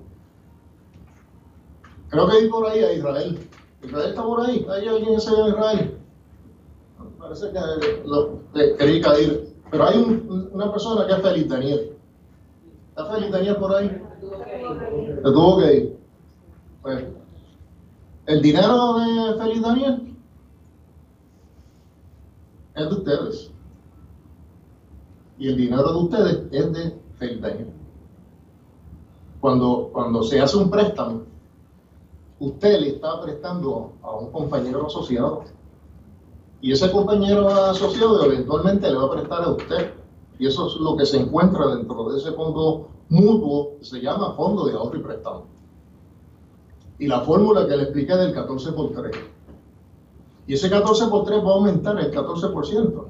Speaker 12: Creo que hay por ahí a Israel. Israel está por ahí. ¿Hay alguien que se llama Israel? Parece que lo, le quería ir. Pero hay un, una persona que es Feliz Daniel. ¿Está Feliz Daniel por ahí? Se tuvo que ir. Pues, el dinero de Feliz Daniel es de ustedes. Y el dinero de ustedes es de Feliz Daniel. Cuando, cuando se hace un préstamo, usted le está prestando a un compañero asociado. Y ese compañero asociado eventualmente le va a prestar a usted. Y eso es lo que se encuentra dentro de ese fondo mutuo que se llama Fondo de Ahorro y Préstamo. Y la fórmula que le expliqué del catorce por tres. Y ese catorce por tres va a aumentar el catorce por ciento.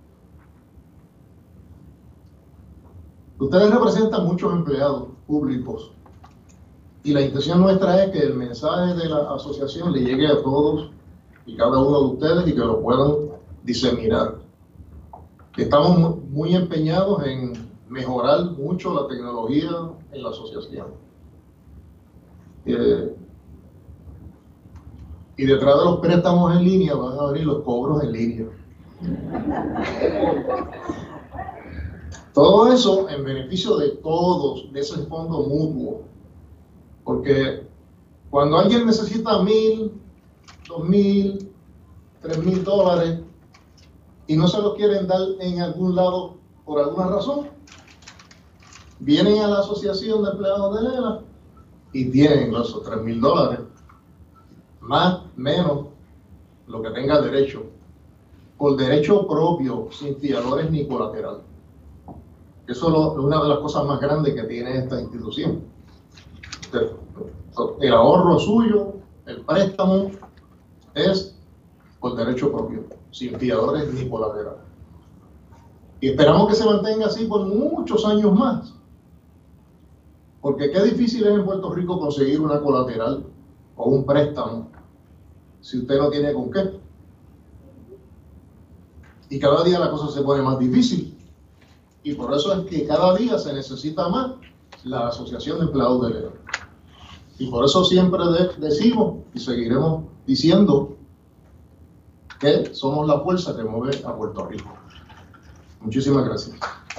Speaker 12: Ustedes representan muchos empleados públicos. Y la intención nuestra es que el mensaje de la asociación le llegue a todos y cada uno de ustedes y que lo puedan diseminar. Estamos mu- muy empeñados en mejorar mucho la tecnología en la asociación. Eh, y detrás de los préstamos en línea van a venir los cobros en línea. Todo eso en beneficio de todos, de ese fondo mutuo. Porque cuando alguien necesita mil, dos mil, tres mil dólares y no se los quieren dar en algún lado por alguna razón, vienen a la Asociación de Empleados de Lela y tienen esos tres mil dólares, más, menos, lo que tenga derecho, por derecho propio, sin fiadores ni colateral. Eso es una de las cosas más grandes que tiene esta institución. El ahorro suyo, el préstamo, es por derecho propio, sin fiadores ni colateral. Y esperamos que se mantenga así por muchos años más. Porque qué difícil es en Puerto Rico conseguir una colateral o un préstamo si usted no tiene con qué. Y cada día la cosa se pone más difícil. Y por eso es que cada día se necesita más la Asociación de Empleados de Lela. Y por eso siempre de- decimos y seguiremos diciendo que somos la fuerza que mueve a Puerto Rico. Muchísimas gracias.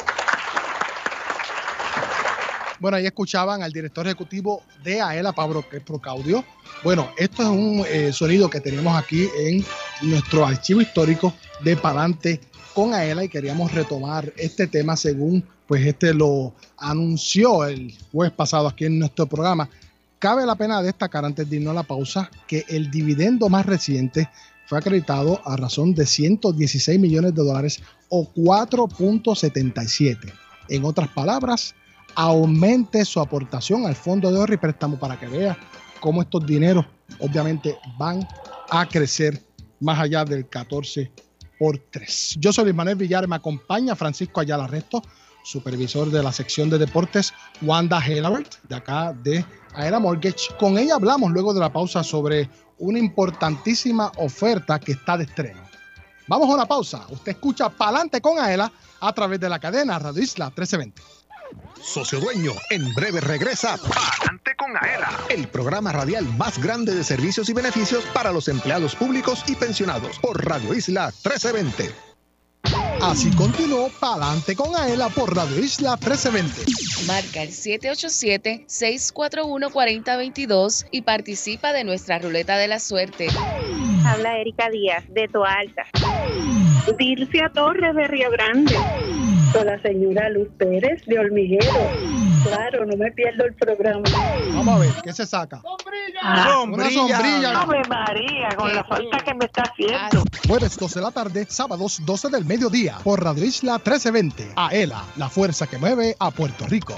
Speaker 2: Bueno, ahí escuchaban al director ejecutivo de AELA, Pablo Procaudio. Bueno, esto es un eh, sonido que tenemos aquí en nuestro archivo histórico de Palante con AELA y queríamos retomar este tema según pues este lo anunció el jueves pasado aquí en nuestro programa. Cabe la pena destacar antes de irnos a la pausa que el dividendo más reciente fue acreditado a razón de ciento dieciséis millones de dólares o cuatro punto setenta y siete. En otras palabras, aumente su aportación al fondo de ahorro y préstamo para que vea cómo estos dineros obviamente van a crecer más allá del catorce por tres. Yo soy Luis Manuel Villar, me acompaña Francisco Ayala Resto, supervisor de la sección de deportes, Wanda Helabert, de acá de AELA Mortgage. Con ella hablamos luego de la pausa sobre una importantísima oferta que está de estreno. Vamos a una pausa. Usted escucha Palante con AELA a través de la cadena Radio Isla trece veinte.
Speaker 1: Socio Dueño, en breve regresa Palante con AELA, el programa radial más grande de servicios y beneficios para los empleados públicos y pensionados por Radio Isla trece veinte.
Speaker 2: Así continuó Palante con AELA por Radio Isla trece veinte.
Speaker 7: Marca el siete ocho siete, seis cuatro uno, cuatro cero dos dos y participa de nuestra ruleta de la suerte.
Speaker 8: Habla Erika Díaz, de Toalta. Dircia Torres, de Río Grande. Con la señora Luz Pérez, de Hormiguero. Claro, no me pierdo el programa.
Speaker 2: Vamos a ver, ¿qué se saca?
Speaker 8: Ah,
Speaker 2: Una sombrilla.
Speaker 8: ¡Ave María! Con la falta que me está haciendo.
Speaker 2: Jueves doce de la tarde, sábados doce del mediodía, por Radio Isla trece veinte. AELA, la fuerza que mueve a Puerto Rico.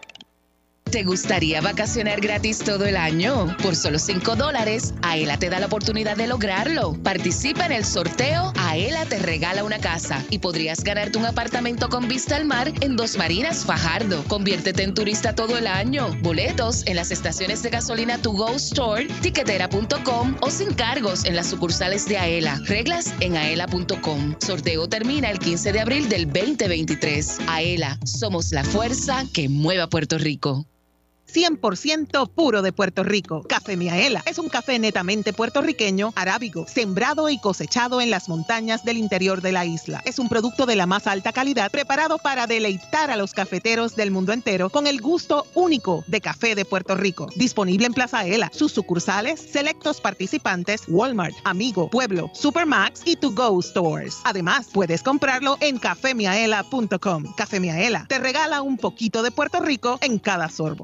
Speaker 7: ¿Te gustaría vacacionar gratis todo el año? Por solo cinco dólares, AELA te da la oportunidad de lograrlo. Participa en el sorteo AELA te regala una casa y podrías ganarte un apartamento con vista al mar en Dos Marinas, Fajardo. Conviértete en turista todo el año. Boletos en las estaciones de gasolina To Go Store, tiquetera punto com o sin cargos en las sucursales de AELA. Reglas en aela punto com. Sorteo termina el quince de abril del veinte veintitrés. AELA, somos la fuerza que mueve a Puerto Rico.
Speaker 13: cien por ciento puro de Puerto Rico. Café Miaela es un café netamente puertorriqueño, arábigo, sembrado y cosechado en las montañas del interior de la isla. Es un producto de la más alta calidad, preparado para deleitar a los cafeteros del mundo entero con el gusto único de café de Puerto Rico. Disponible en Plaza Aela, sus sucursales, selectos participantes, Walmart, Amigo, Pueblo, Supermax y To Go Stores. Además, puedes comprarlo en café miaela punto com. Café Miaela te regala un poquito de Puerto Rico en cada sorbo.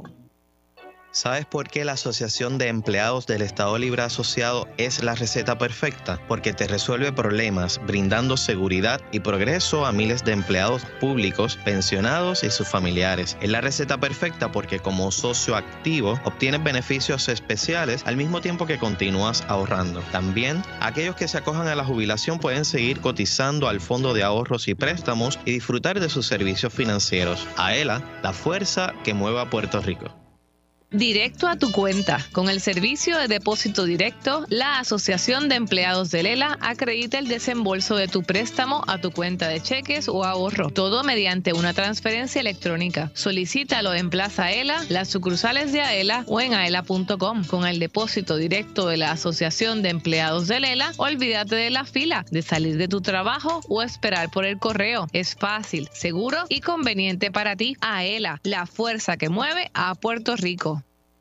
Speaker 14: ¿Sabes por qué la Asociación de Empleados del Estado Libre Asociado es la receta perfecta? Porque te resuelve problemas, brindando seguridad y progreso a miles de empleados públicos, pensionados y sus familiares. Es la receta perfecta porque como socio activo obtienes beneficios especiales al mismo tiempo que continúas ahorrando. También, aquellos que se acojan a la jubilación pueden seguir cotizando al Fondo de Ahorros y Préstamos y disfrutar de sus servicios financieros. AELA, la fuerza que mueve a Puerto Rico.
Speaker 15: Directo a tu cuenta. Con el servicio de depósito directo, la Asociación de Empleados de Lela acredita el desembolso de tu préstamo a tu cuenta de cheques o ahorro. Todo mediante una transferencia electrónica. Solicítalo en Plaza Aela, las sucursales de Aela o en aela punto com. Con el depósito directo de la Asociación de Empleados de Lela, olvídate de la fila, de salir de tu trabajo o esperar por el correo. Es fácil, seguro y conveniente para ti. Aela, la fuerza que mueve a Puerto Rico.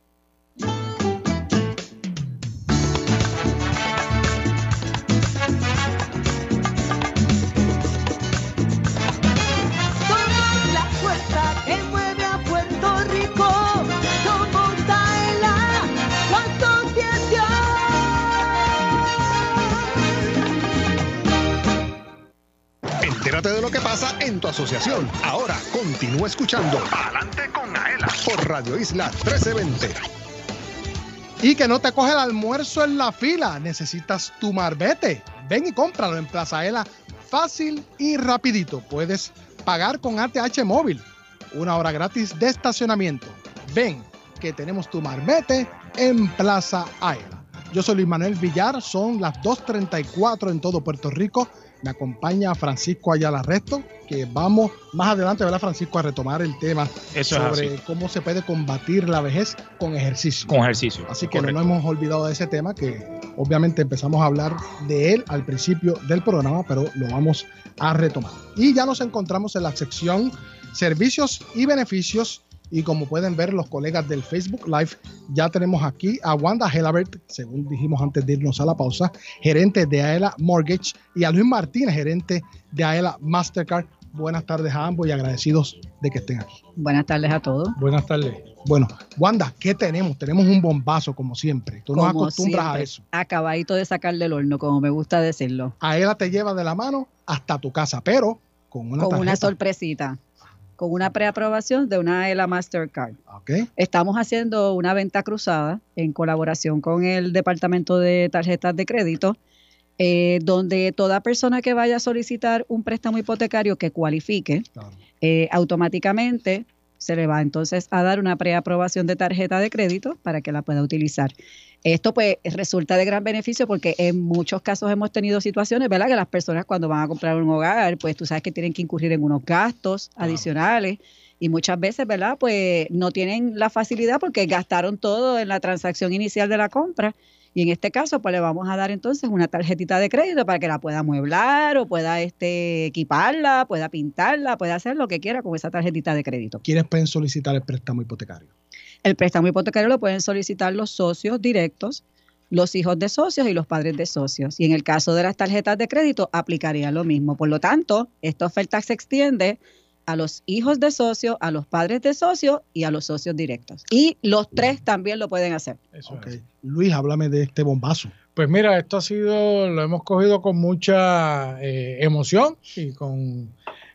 Speaker 3: Somos la fuerza que mueve a Puerto Rico. Somos Aela, la asociación.
Speaker 1: Entérate de lo que pasa en tu asociación. Ahora continúa escuchando Adelante con Aela por Radio Isla trece veinte.
Speaker 2: Y que no te coge el almuerzo en la fila. Necesitas tu marbete. Ven y cómpralo en Plaza Aela. Fácil y rapidito. Puedes pagar con A T H móvil. Una hora gratis de estacionamiento. Ven que tenemos tu marbete en Plaza Aela. Yo soy Luis Manuel Villar. Son las dos treinta y cuatro en todo Puerto Rico. Me acompaña Francisco Ayala Resto, que vamos más adelante, ¿verdad, Francisco?, a retomar el tema
Speaker 5: Eso
Speaker 2: sobre
Speaker 5: es
Speaker 2: cómo se puede combatir la vejez con ejercicio.
Speaker 5: Con ejercicio.
Speaker 2: Así que
Speaker 5: correcto.
Speaker 2: no nos hemos olvidado de ese tema, que obviamente empezamos a hablar de él al principio del programa, pero lo vamos a retomar. Y ya nos encontramos en la sección Servicios y Beneficios. Y como pueden ver los colegas del Facebook Live, ya tenemos aquí a Wanda Helabert, según dijimos antes de irnos a la pausa, gerente de Aela Mortgage, y a Luis Martínez, gerente de Aela Mastercard. Buenas tardes a ambos y agradecidos de que estén aquí.
Speaker 16: Buenas tardes a todos.
Speaker 2: Buenas tardes. Bueno, Wanda, ¿qué tenemos? Tenemos un bombazo, como siempre. Tú nos
Speaker 16: Como
Speaker 2: acostumbras
Speaker 16: siempre,
Speaker 2: a eso.
Speaker 16: Acabadito de sacar del horno, como me gusta decirlo.
Speaker 2: Aela te lleva de la mano hasta tu casa, pero con una
Speaker 16: Con
Speaker 2: tarjeta.
Speaker 16: una sorpresita. Con una preaprobación de una Aela Mastercard.
Speaker 2: Okay.
Speaker 16: Estamos haciendo una venta cruzada en colaboración con el Departamento de Tarjetas de Crédito, eh, donde toda persona que vaya a solicitar un préstamo hipotecario que cualifique,
Speaker 2: Claro.
Speaker 16: eh, automáticamente se le va entonces a dar una preaprobación de tarjeta de crédito para que la pueda utilizar. Esto pues resulta de gran beneficio porque en muchos casos hemos tenido situaciones, ¿verdad?, que las personas cuando van a comprar un hogar, pues tú sabes que tienen que incurrir en unos gastos adicionales y muchas veces, ¿verdad?, pues no tienen la facilidad porque gastaron todo en la transacción inicial de la compra. Y en este caso, pues le vamos a dar entonces una tarjetita de crédito para que la pueda amueblar o pueda este, equiparla, pueda pintarla, pueda hacer lo que quiera con esa tarjetita de crédito.
Speaker 2: ¿Quiénes pueden solicitar el préstamo hipotecario?
Speaker 16: El préstamo hipotecario lo pueden solicitar los socios directos, los hijos de socios y los padres de socios. Y en el caso de las tarjetas de crédito, aplicaría lo mismo. Por lo tanto, esta oferta se extiende a los hijos de socios, a los padres de socios y a los socios directos. Y los tres también lo pueden hacer.
Speaker 2: Okay. Luis, háblame de este bombazo.
Speaker 17: Pues mira, esto ha sido, lo hemos cogido con mucha eh, emoción y con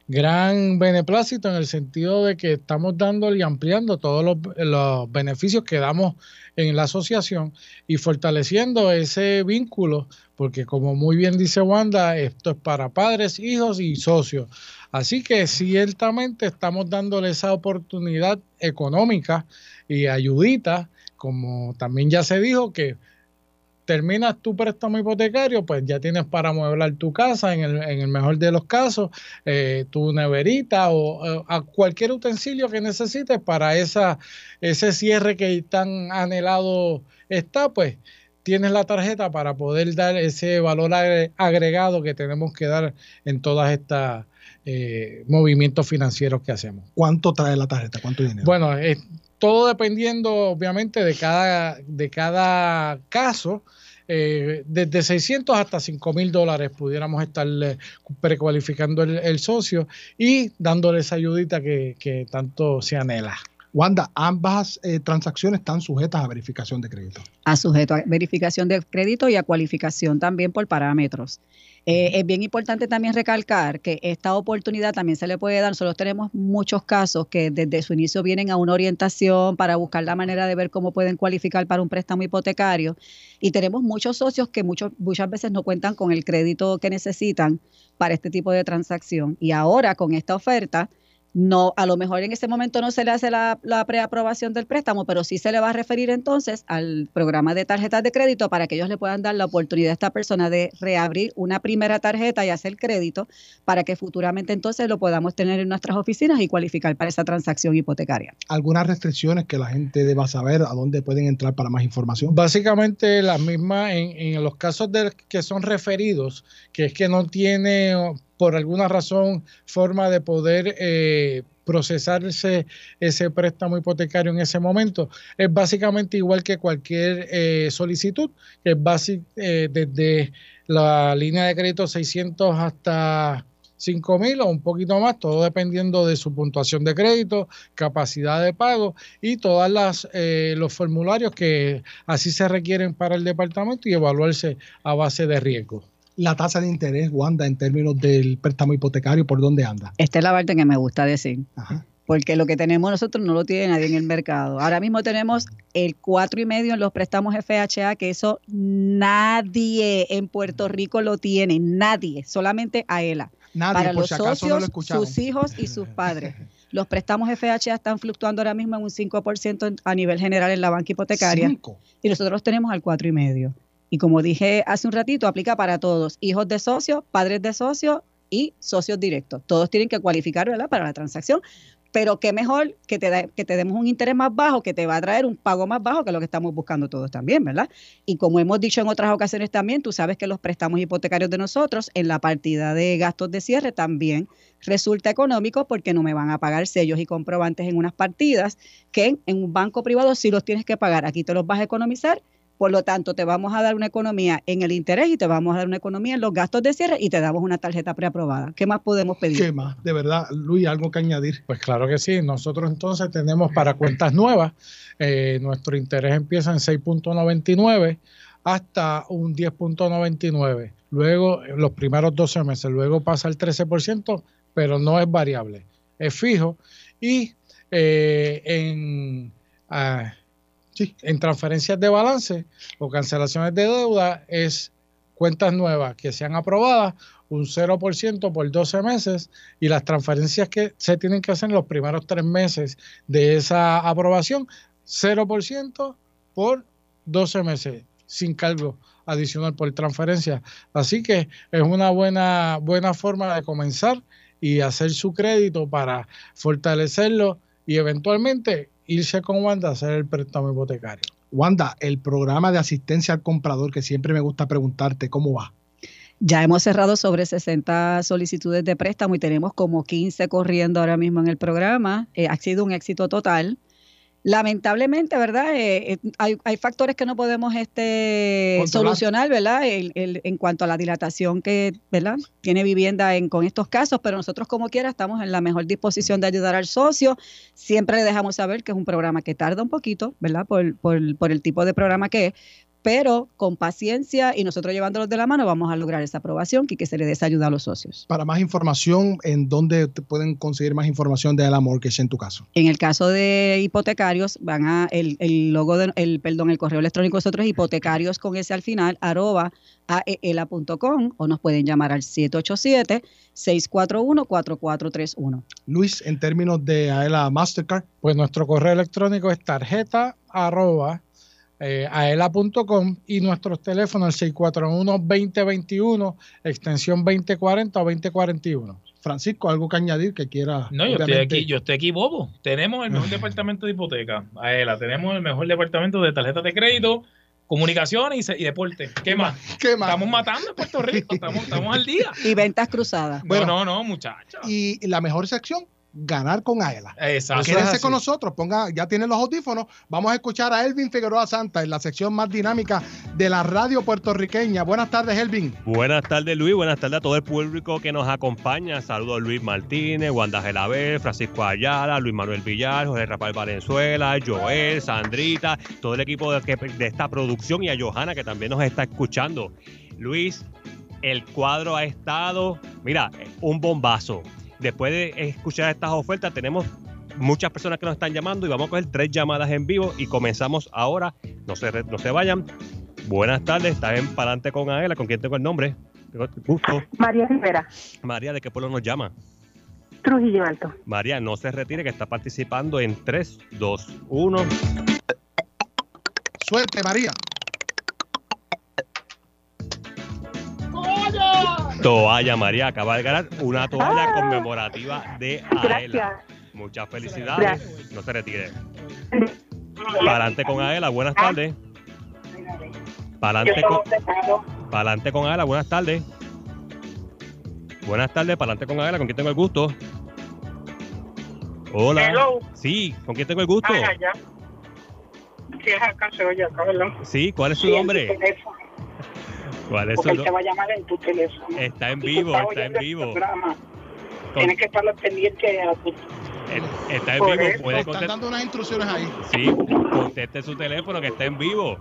Speaker 17: gran beneplácito en el sentido de que estamos dándole y ampliando todos los, los beneficios que damos en la asociación y fortaleciendo ese vínculo, porque como muy bien dice Wanda, esto es para padres, hijos y socios. Así que ciertamente estamos dándole esa oportunidad económica y ayudita, como también ya se dijo, que terminas tu préstamo hipotecario, pues ya tienes para amueblar tu casa, en el, en el mejor de los casos, eh, tu neverita o eh, a cualquier utensilio que necesites para esa, ese cierre que tan anhelado está, pues tienes la tarjeta para poder dar ese valor agregado que tenemos que dar en todas estas eh, movimientos financieros que hacemos.
Speaker 2: ¿Cuánto trae la tarjeta? ¿Cuánto dinero?
Speaker 17: Bueno, es todo dependiendo obviamente de cada, de cada caso. Eh, desde seiscientos hasta cinco mil dólares pudiéramos estar eh, precualificando el, el socio y dándole esa ayudita que, que tanto se anhela.
Speaker 2: Wanda, ambas eh, transacciones están sujetas a verificación de crédito.
Speaker 16: A sujeto a verificación de crédito y a cualificación también por parámetros. Eh, es bien importante también recalcar que esta oportunidad también se le puede dar. Nosotros tenemos muchos casos que desde su inicio vienen a una orientación para buscar la manera de ver cómo pueden cualificar para un préstamo hipotecario y tenemos muchos socios que muchos, muchas veces no cuentan con el crédito que necesitan para este tipo de transacción. Y ahora con esta oferta No, a lo mejor en ese momento no se le hace la, la preaprobación del préstamo, pero sí se le va a referir entonces al programa de tarjetas de crédito para que ellos le puedan dar la oportunidad a esta persona de reabrir una primera tarjeta y hacer crédito para que futuramente entonces lo podamos tener en nuestras oficinas y cualificar para esa transacción hipotecaria.
Speaker 2: ¿Algunas restricciones que la gente deba saber a dónde pueden entrar para más información?
Speaker 17: Básicamente las mismas en, en los casos de que son referidos, que es que no tiene por alguna razón forma de poder eh, procesarse ese préstamo hipotecario en ese momento. Es básicamente igual que cualquier eh, solicitud, que es básic, eh, desde la línea de crédito seiscientos hasta cinco mil o un poquito más, todo dependiendo de su puntuación de crédito, capacidad de pago y todas las eh, los formularios que así se requieren para el departamento y evaluarse a base de riesgo.
Speaker 2: La tasa de interés, Wanda, en términos del préstamo hipotecario, ¿por dónde anda?
Speaker 16: Esta es la parte que me gusta decir.
Speaker 2: Ajá.
Speaker 16: Porque lo que tenemos nosotros no lo tiene nadie en el mercado. Ahora mismo tenemos el cuatro y medio en los préstamos F H A, que eso nadie en Puerto Rico lo tiene, nadie, solamente AELA.
Speaker 2: Nadie,
Speaker 16: para
Speaker 2: por
Speaker 16: los
Speaker 2: si acaso
Speaker 16: socios,
Speaker 2: no lo escucharon.
Speaker 16: sus hijos y sus padres. Los préstamos F H A están fluctuando ahora mismo en un cinco por ciento a nivel general en la banca hipotecaria.
Speaker 2: Cinco.
Speaker 16: Y nosotros los tenemos al cuatro y medio. Y como dije hace un ratito, aplica para todos, hijos de socios, padres de socios y socios directos. Todos tienen que cualificar, ¿verdad?, para la transacción, pero qué mejor que te, da, que te demos un interés más bajo, que te va a traer un pago más bajo, que es lo que estamos buscando todos también, ¿verdad? Y como hemos dicho en otras ocasiones también, tú sabes que los préstamos hipotecarios de nosotros en la partida de gastos de cierre también resulta económico porque no me van a pagar sellos y comprobantes en unas partidas que en un banco privado sí los tienes que pagar. Aquí te los vas a economizar. Por lo tanto, te vamos a dar una economía en el interés y te vamos a dar una economía en los gastos de cierre y te damos una tarjeta preaprobada. ¿Qué más podemos pedir?
Speaker 2: ¿Qué más? De verdad, Luis, ¿algo que añadir?
Speaker 17: Pues claro que sí. Nosotros entonces tenemos para cuentas nuevas, eh, nuestro interés empieza en seis punto noventa y nueve hasta un diez punto noventa y nueve. Luego, los primeros doce meses, luego pasa al trece por ciento, pero no es variable, es fijo. Y eh, en... Uh, Sí, en transferencias de balance o cancelaciones de deuda es cuentas nuevas que sean aprobadas, un cero por ciento por doce meses y las transferencias que se tienen que hacer en los primeros tres meses de esa aprobación, cero por ciento por doce meses, sin cargo adicional por transferencia. Así que es una buena, buena forma de comenzar y hacer su crédito para fortalecerlo y eventualmente irse con Wanda a hacer el préstamo hipotecario.
Speaker 2: Wanda, el programa de asistencia al comprador, que siempre me gusta preguntarte, ¿cómo va?
Speaker 16: Ya hemos cerrado sobre sesenta solicitudes de préstamo y tenemos como quince corriendo ahora mismo en el programa. Eh, ha sido un éxito total. Lamentablemente, ¿verdad? Eh, eh, hay, hay factores que no podemos este, solucionar, ¿verdad? El, el, en cuanto a la dilatación que, ¿verdad?, tiene vivienda en, con estos casos, pero nosotros como quiera estamos en la mejor disposición de ayudar al socio. Siempre le dejamos saber que es un programa que tarda un poquito, ¿verdad? Por, por, por el tipo de programa que es, pero con paciencia y nosotros llevándolos de la mano vamos a lograr esa aprobación y que se le dé esa ayuda a los socios.
Speaker 2: Para más información, ¿en dónde te pueden conseguir más información de AELA Mortgage en tu caso?
Speaker 16: En el caso de hipotecarios, van a el, el logo, de, el perdón, el correo electrónico de nosotros, hipotecarios con ese al final, arroba aela punto com, o nos pueden llamar al siete ocho siete, seis cuatro uno, cuatro cuatro tres uno.
Speaker 2: Luis, en términos de AELA Mastercard.
Speaker 17: Pues nuestro correo electrónico es tarjeta arroba Eh, aela punto com y nuestros teléfonos el seis cuatro uno, veinte veintiuno, extensión veinte cuarenta o veinte cuarenta y uno.
Speaker 2: Francisco, ¿algo que añadir que quiera?
Speaker 5: No, yo estoy aquí, yo estoy aquí bobo. Tenemos el mejor departamento de hipoteca, AELA, tenemos el mejor departamento de tarjetas de crédito, comunicaciones y, y deporte. ¿Qué más?
Speaker 2: ¿Qué más?
Speaker 5: Estamos matando en Puerto Rico, estamos, estamos al día.
Speaker 16: Y ventas cruzadas.
Speaker 5: Bueno, no, no, no, muchachos.
Speaker 2: Y la mejor sección, ganar con AELA.
Speaker 5: Exacto.
Speaker 2: Quédense con nosotros, ponga, ya tienen los audífonos. Vamos a escuchar a Elvin Figueroa Santa en la sección más dinámica de la radio puertorriqueña. Buenas tardes, Elvin.
Speaker 4: Buenas tardes, Luis. Buenas tardes a todo el público que nos acompaña. Saludos a Luis Martínez, Wanda Gelabel, Francisco Ayala, Luis Manuel Villar, José Rafael Valenzuela, Joel, Sandrita, todo el equipo de, de esta producción y a Johanna que también nos está escuchando. Luis, el cuadro ha estado, mira, un bombazo. Después de escuchar estas ofertas, tenemos muchas personas que nos están llamando y vamos a coger tres llamadas en vivo y comenzamos ahora. No se, no se vayan. Buenas tardes, estás en Palante con AELA. ¿Con quién tengo el nombre? Gusto.
Speaker 8: María Rivera.
Speaker 4: María, ¿de qué pueblo nos llama?
Speaker 8: Trujillo Alto.
Speaker 4: María, no se retire, que está participando en tres, dos, uno.
Speaker 2: Suerte, María.
Speaker 4: Toalla, María, acaba de ganar una toalla
Speaker 8: Ah.
Speaker 4: conmemorativa de Aela.
Speaker 8: Gracias.
Speaker 4: Muchas felicidades.
Speaker 8: Gracias.
Speaker 4: No se retire. Para adelante con Aela, buenas tardes. Para adelante con, para adelante con Aela, buenas tardes. Buenas tardes, para adelante con Aela, ¿con quién tengo el gusto? Hola.
Speaker 18: Hello.
Speaker 4: Sí, ¿con quién tengo el gusto?
Speaker 18: Ah, ya. Si es acá, se oye acá, ¿verdad?
Speaker 4: Sí, ¿cuál es su
Speaker 18: Sí, en
Speaker 4: nombre?
Speaker 18: tu teléfono,
Speaker 4: ¿Cuál es su
Speaker 18: porque él te
Speaker 4: nombre?
Speaker 18: va a llamar en tu teléfono.
Speaker 4: Está en
Speaker 18: Y tú
Speaker 4: vivo,
Speaker 18: estás
Speaker 4: está en
Speaker 18: oyendo el
Speaker 4: vivo.
Speaker 18: programa. Tienes que estar pendiente a tu...
Speaker 4: Está en
Speaker 18: Por
Speaker 4: vivo,
Speaker 18: eso,
Speaker 4: puede
Speaker 2: Están
Speaker 4: contestar.
Speaker 2: dando unas instrucciones ahí.
Speaker 4: Sí, conteste su teléfono que está en vivo.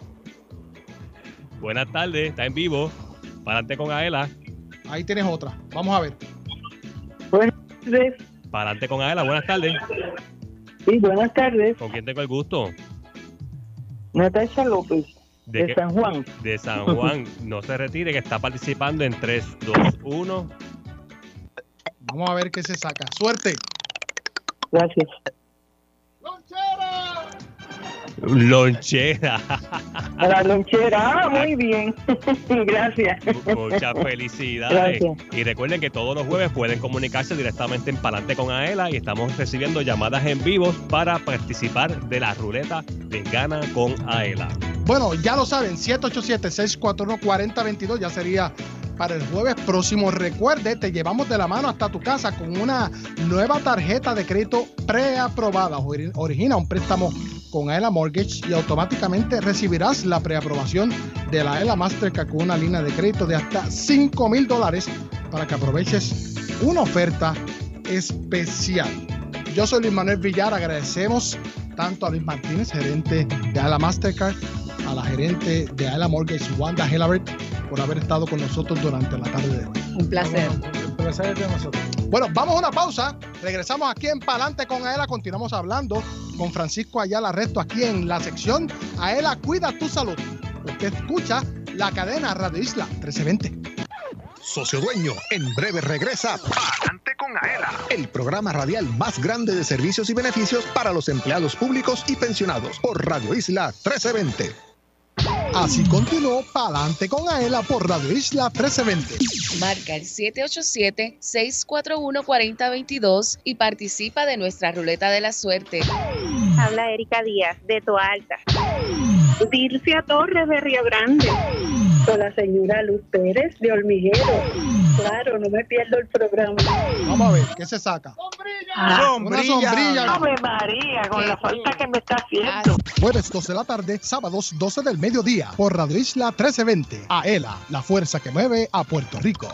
Speaker 4: Buenas tardes, está en vivo. Para adelante con Aela.
Speaker 2: Ahí tienes otra. Vamos a ver.
Speaker 8: Buenas tardes.
Speaker 4: Para adelante con Aela, buenas tardes.
Speaker 8: Sí, buenas tardes.
Speaker 4: ¿Con quién tengo el gusto?
Speaker 8: Natasha López,
Speaker 4: ¿De,
Speaker 8: de
Speaker 4: qué?
Speaker 8: San Juan.
Speaker 4: De San Juan. No se retire, que está participando en tres, dos, uno.
Speaker 2: Vamos a ver qué se saca. Suerte.
Speaker 8: Gracias.
Speaker 4: Lonchera.
Speaker 8: A la lonchera. Ah, muy bien. Gracias.
Speaker 4: Muchas felicidades.
Speaker 8: Gracias.
Speaker 4: Y recuerden que todos los jueves pueden comunicarse directamente en Palante con Aela y estamos recibiendo llamadas en vivo para participar de la ruleta de Gana con Aela.
Speaker 2: Bueno, ya lo saben, siete ocho siete, seis cuatro uno, cuatro cero dos dos ya sería para el jueves próximo. Recuerde, te llevamos de la mano hasta tu casa con una nueva tarjeta de crédito preaprobada. Ori- Origina un préstamo con Aela Mortgage y automáticamente recibirás la preaprobación de la Aela Mastercard con una línea de crédito de hasta cinco mil dólares para que aproveches una oferta especial. Yo soy Luis Manuel Villar, agradecemos tanto a Luis Martínez, gerente de Aela Mastercard, a la gerente de Aela Mortgage, Wanda Helabert, por haber estado con nosotros durante la tarde de hoy.
Speaker 16: Un placer.
Speaker 2: El placer es de nosotros. Bueno, vamos a una pausa. Regresamos aquí en Palante con Aela. Continuamos hablando con Francisco Ayala Resto aquí en la sección Aela Cuida tu Salud. Usted escucha la cadena Radio Isla trece veinte.
Speaker 1: Socio Dueño, en breve regresa Palante con Aela, el programa radial más grande de servicios y beneficios para los empleados públicos y pensionados por Radio Isla trece veinte.
Speaker 2: Así continuó Palante con Aela por Radio Isla trece veinte.
Speaker 7: Marca el siete ocho siete, seis cuatro uno, cuatro cero dos dos y participa de nuestra ruleta de la suerte.
Speaker 8: Habla Erika Díaz, de Toa Alta. Dircia Torres, de Río Grande. Con la señora Luz Pérez, de Hormiguero. Claro, no me pierdo el programa.
Speaker 2: Vamos a ver, ¿qué se saca?
Speaker 8: Ah,
Speaker 2: Una sombrilla.
Speaker 8: Ave María, con la falta que me está haciendo.
Speaker 2: Jueves doce de la tarde, sábados doce del mediodía por Radio Isla trece veinte. Aela, la fuerza que mueve a Puerto Rico.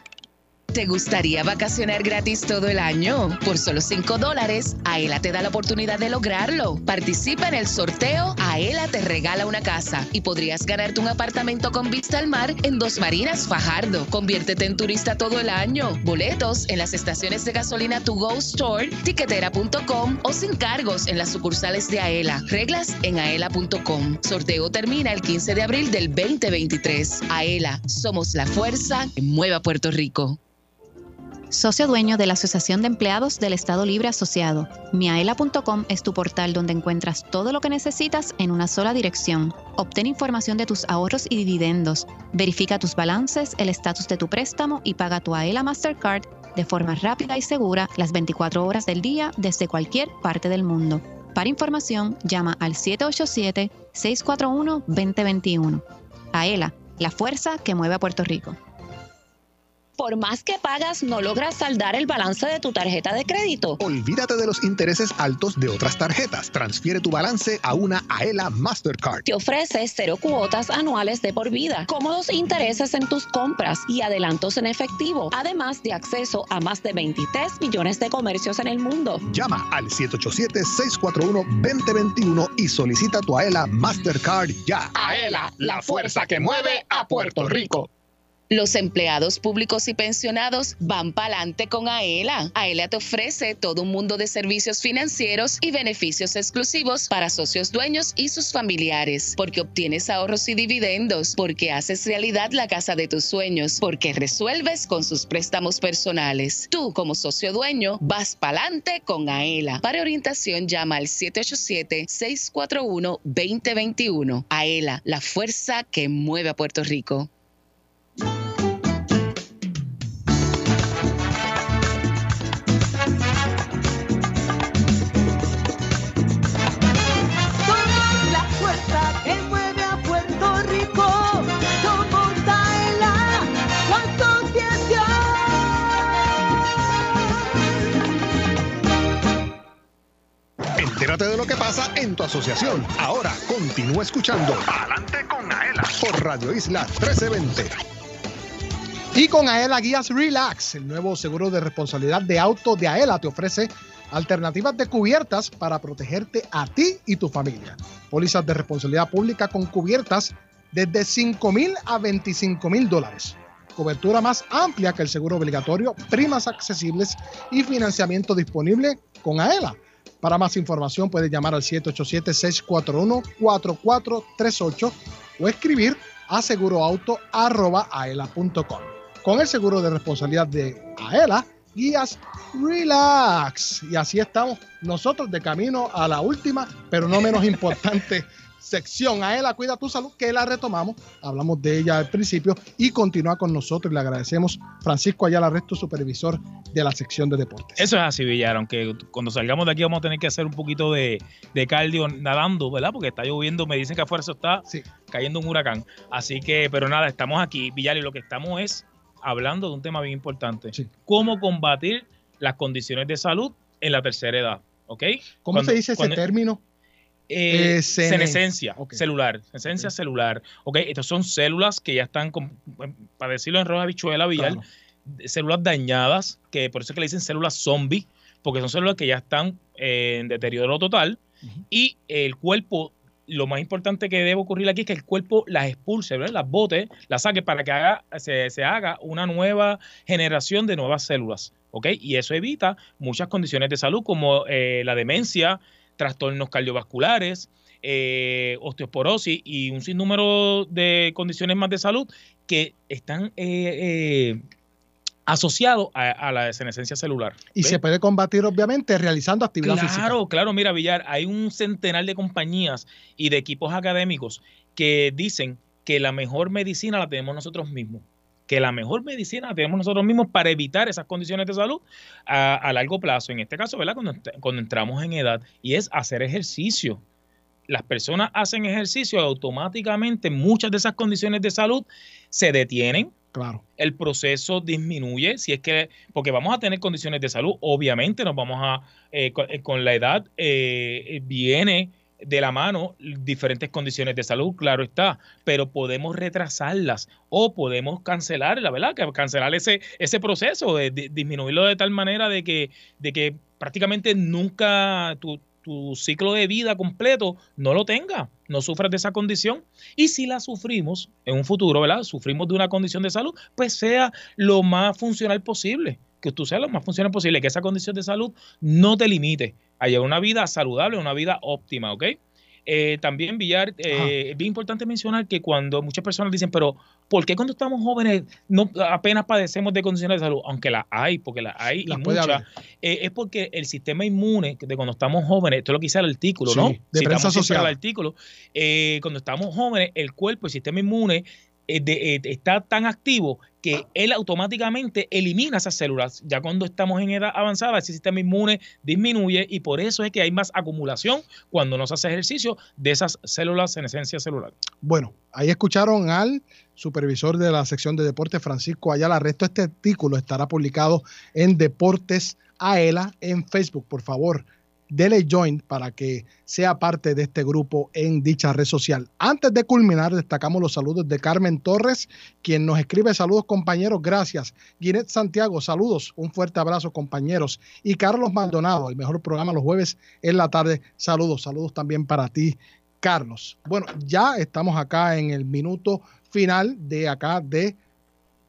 Speaker 7: ¿Te gustaría vacacionar gratis todo el año? Por solo cinco dólares, Aela te da la oportunidad de lograrlo. Participa en el sorteo Aela te regala una casa y podrías ganarte un apartamento con vista al mar en Dos Marinas, Fajardo. Conviértete en turista todo el año. Boletos en las estaciones de gasolina To Go Store, tiquetera punto com o sin cargos en las sucursales de Aela. Reglas en aela punto com. Sorteo termina el quince de abril del veinte veintitrés. Aela, somos la fuerza que mueve a Puerto Rico.
Speaker 19: Socio dueño de la Asociación de Empleados del Estado Libre Asociado. mi aela punto com es tu portal donde encuentras todo lo que necesitas en una sola dirección. Obtén información de tus ahorros y dividendos. Verifica tus balances, el estatus de tu préstamo y paga tu Aela Mastercard de forma rápida y segura las veinticuatro horas del día desde cualquier parte del mundo. Para información, llama al siete ocho siete, seis cuatro uno, dos cero dos uno. Aela, la fuerza que mueve a Puerto Rico.
Speaker 20: Por más que pagas, no logras saldar el balance de tu tarjeta de crédito.
Speaker 1: Olvídate de los intereses altos de otras tarjetas. Transfiere tu balance a una Aela Mastercard.
Speaker 20: Te ofrece cero cuotas anuales de por vida, cómodos intereses en tus compras y adelantos en efectivo, además de acceso a más de veintitrés millones de comercios en el mundo.
Speaker 1: Llama al siete ocho siete, seis cuatro uno, dos cero dos uno y solicita tu Aela Mastercard ya.
Speaker 20: Aela, la fuerza que mueve a Puerto Rico.
Speaker 7: Los empleados públicos y pensionados van pa'lante con Aela. Aela te ofrece todo un mundo de servicios financieros y beneficios exclusivos para socios dueños y sus familiares, porque obtienes ahorros y dividendos, porque haces realidad la casa de tus sueños, porque resuelves con sus préstamos personales. Tú, como socio dueño, vas pa'lante con Aela. Para orientación, llama al siete ocho siete, seis cuatro uno, dos cero dos uno. Aela, la fuerza que mueve a Puerto Rico.
Speaker 3: La fuerza que mueve a Puerto Rico, somos Aela, la asociación.
Speaker 1: Entérate de lo que pasa en tu asociación. Ahora continúa escuchando Adelante con Aela por Radio Isla trece veinte.
Speaker 2: Y con Aela Guías Relax, el nuevo seguro de responsabilidad de auto de Aela te ofrece alternativas de cubiertas para protegerte a ti y tu familia. Pólizas de responsabilidad pública con cubiertas desde cinco mil a veinticinco mil dólares. Cobertura más amplia que el seguro obligatorio, primas accesibles y financiamiento disponible con Aela. Para más información puedes llamar al siete ocho siete, seis cuatro uno, cuatro cuatro tres ocho o escribir a seguroauto arroba aela punto com. Con el seguro de responsabilidad de Aela, Guías Relax. Y así estamos nosotros de camino a la última, pero no menos importante sección. Aela, cuida tu salud, que la retomamos. Hablamos de ella al principio y continúa con nosotros. Y le agradecemos Francisco Ayala Resto, supervisor de la sección de deportes.
Speaker 5: Eso es así, Villar, aunque cuando salgamos de aquí vamos a tener que hacer un poquito de, de cardio nadando, ¿verdad? Porque está lloviendo, me dicen que afuera se está sí. cayendo un huracán. Así que, pero nada, estamos aquí, Villar, y lo que estamos es hablando de un tema bien importante. Sí. Cómo combatir las condiciones de salud en la tercera edad, ¿ok?
Speaker 2: ¿Cómo cuando, se dice ese cuando, término?
Speaker 5: Eh, eh, senescencia okay. celular, senescencia okay. celular. Ok, estas son células que ya están, con, para decirlo en roja habichuela, Villar, claro. células dañadas, que por eso es que le dicen células zombie, porque son células que ya están eh, en deterioro total, uh-huh. y el cuerpo, lo más importante que debe ocurrir aquí es que el cuerpo las expulse, ¿verdad? Las bote, las saque para que haga, se, se haga una nueva generación de nuevas células, ¿ok? Y eso evita muchas condiciones de salud como eh, la demencia, trastornos cardiovasculares, eh, osteoporosis y un sinnúmero de condiciones más de salud que están eh, eh, asociados a, a la senescencia celular.
Speaker 2: Y ¿ves? Se puede combatir, obviamente, realizando actividad
Speaker 5: claro,
Speaker 2: física.
Speaker 5: Claro, claro. Mira, Villar, hay un centenar de compañías y de equipos académicos que dicen que la mejor medicina la tenemos nosotros mismos. Que la mejor medicina la tenemos nosotros mismos para evitar esas condiciones de salud a, a largo plazo. En este caso, ¿verdad? Cuando, cuando entramos en edad, y es hacer ejercicio. Las personas hacen ejercicio y automáticamente muchas de esas condiciones de salud se detienen.
Speaker 2: Claro.
Speaker 5: El proceso disminuye, si es que, porque vamos a tener condiciones de salud, obviamente nos vamos a, eh, con, con la edad eh, viene de la mano diferentes condiciones de salud, claro está, pero podemos retrasarlas o podemos cancelar, la verdad, que cancelar ese, ese proceso, de, de, disminuirlo de tal manera de que, de que prácticamente nunca tu, tu ciclo de vida completo no lo tenga, no sufras de esa condición. Y si la sufrimos en un futuro, ¿verdad? Sufrimos de una condición de salud, pues sea lo más funcional posible, que tú seas lo más funcional posible, que esa condición de salud no te limite a llevar una vida saludable, una vida óptima, ¿ok? Eh, también, Villar, eh, es bien importante mencionar que cuando muchas personas dicen, pero ¿por qué cuando estamos jóvenes no apenas padecemos de condiciones de salud? Aunque las hay, porque las hay las y muchas, eh, es porque el sistema inmune, de cuando estamos jóvenes, esto es lo que dice el artículo, sí, ¿no?
Speaker 2: De prensa social.
Speaker 5: El artículo, eh, cuando estamos jóvenes, el cuerpo, el sistema inmune, Eh, de, eh, está tan activo que él automáticamente elimina esas células. Ya cuando estamos en edad avanzada, ese sistema inmune disminuye y por eso es que hay más acumulación cuando no se hace ejercicio de esas células en esencia celular.
Speaker 2: Bueno, ahí escucharon al supervisor de la sección de deportes, Francisco Ayala Resto. Este artículo estará publicado en Deportes Aela en Facebook. Por favor, dele join para que sea parte de este grupo en dicha red social. Antes de culminar, destacamos los saludos de Carmen Torres, quien nos escribe: saludos compañeros, gracias. Ginette Santiago, saludos, un fuerte abrazo compañeros. Y Carlos Maldonado, el mejor programa los jueves en la tarde, saludos, saludos también para ti, Carlos. Bueno, ya estamos acá en el minuto final de acá de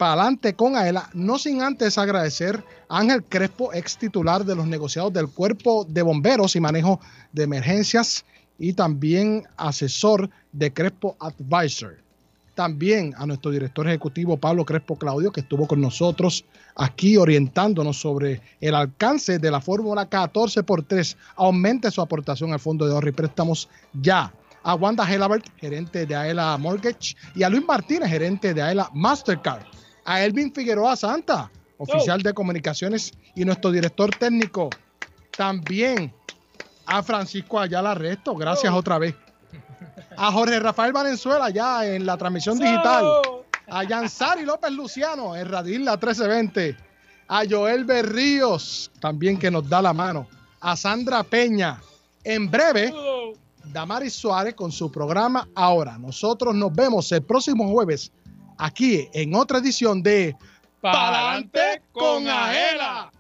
Speaker 2: Pa'lante con Aela, no sin antes agradecer a Ángel Crespo, ex titular de los negociados del Cuerpo de Bomberos y Manejo de Emergencias y también asesor de Crespo Advisor. También a nuestro director ejecutivo Pablo Crespo Claudio, que estuvo con nosotros aquí orientándonos sobre el alcance de la fórmula catorce por tres. Aumente su aportación al Fondo de Ahorro y Préstamos ya. A Wanda Helabert, gerente de Aela Mortgage, y a Luis Martínez, gerente de Aela Mastercard. A Elvin Figueroa Santa, oficial de comunicaciones y nuestro director técnico. También a Francisco Ayala Resto, gracias otra vez. A Jorge Rafael Valenzuela ya en la transmisión digital. A Yansari López Luciano en Radio Isla trece veinte. A Joel Berríos, también que nos da la mano. A Sandra Peña. En breve, Damaris Suárez con su programa Ahora. Nosotros nos vemos el próximo jueves aquí en otra edición de
Speaker 5: Pa'lante con Aela.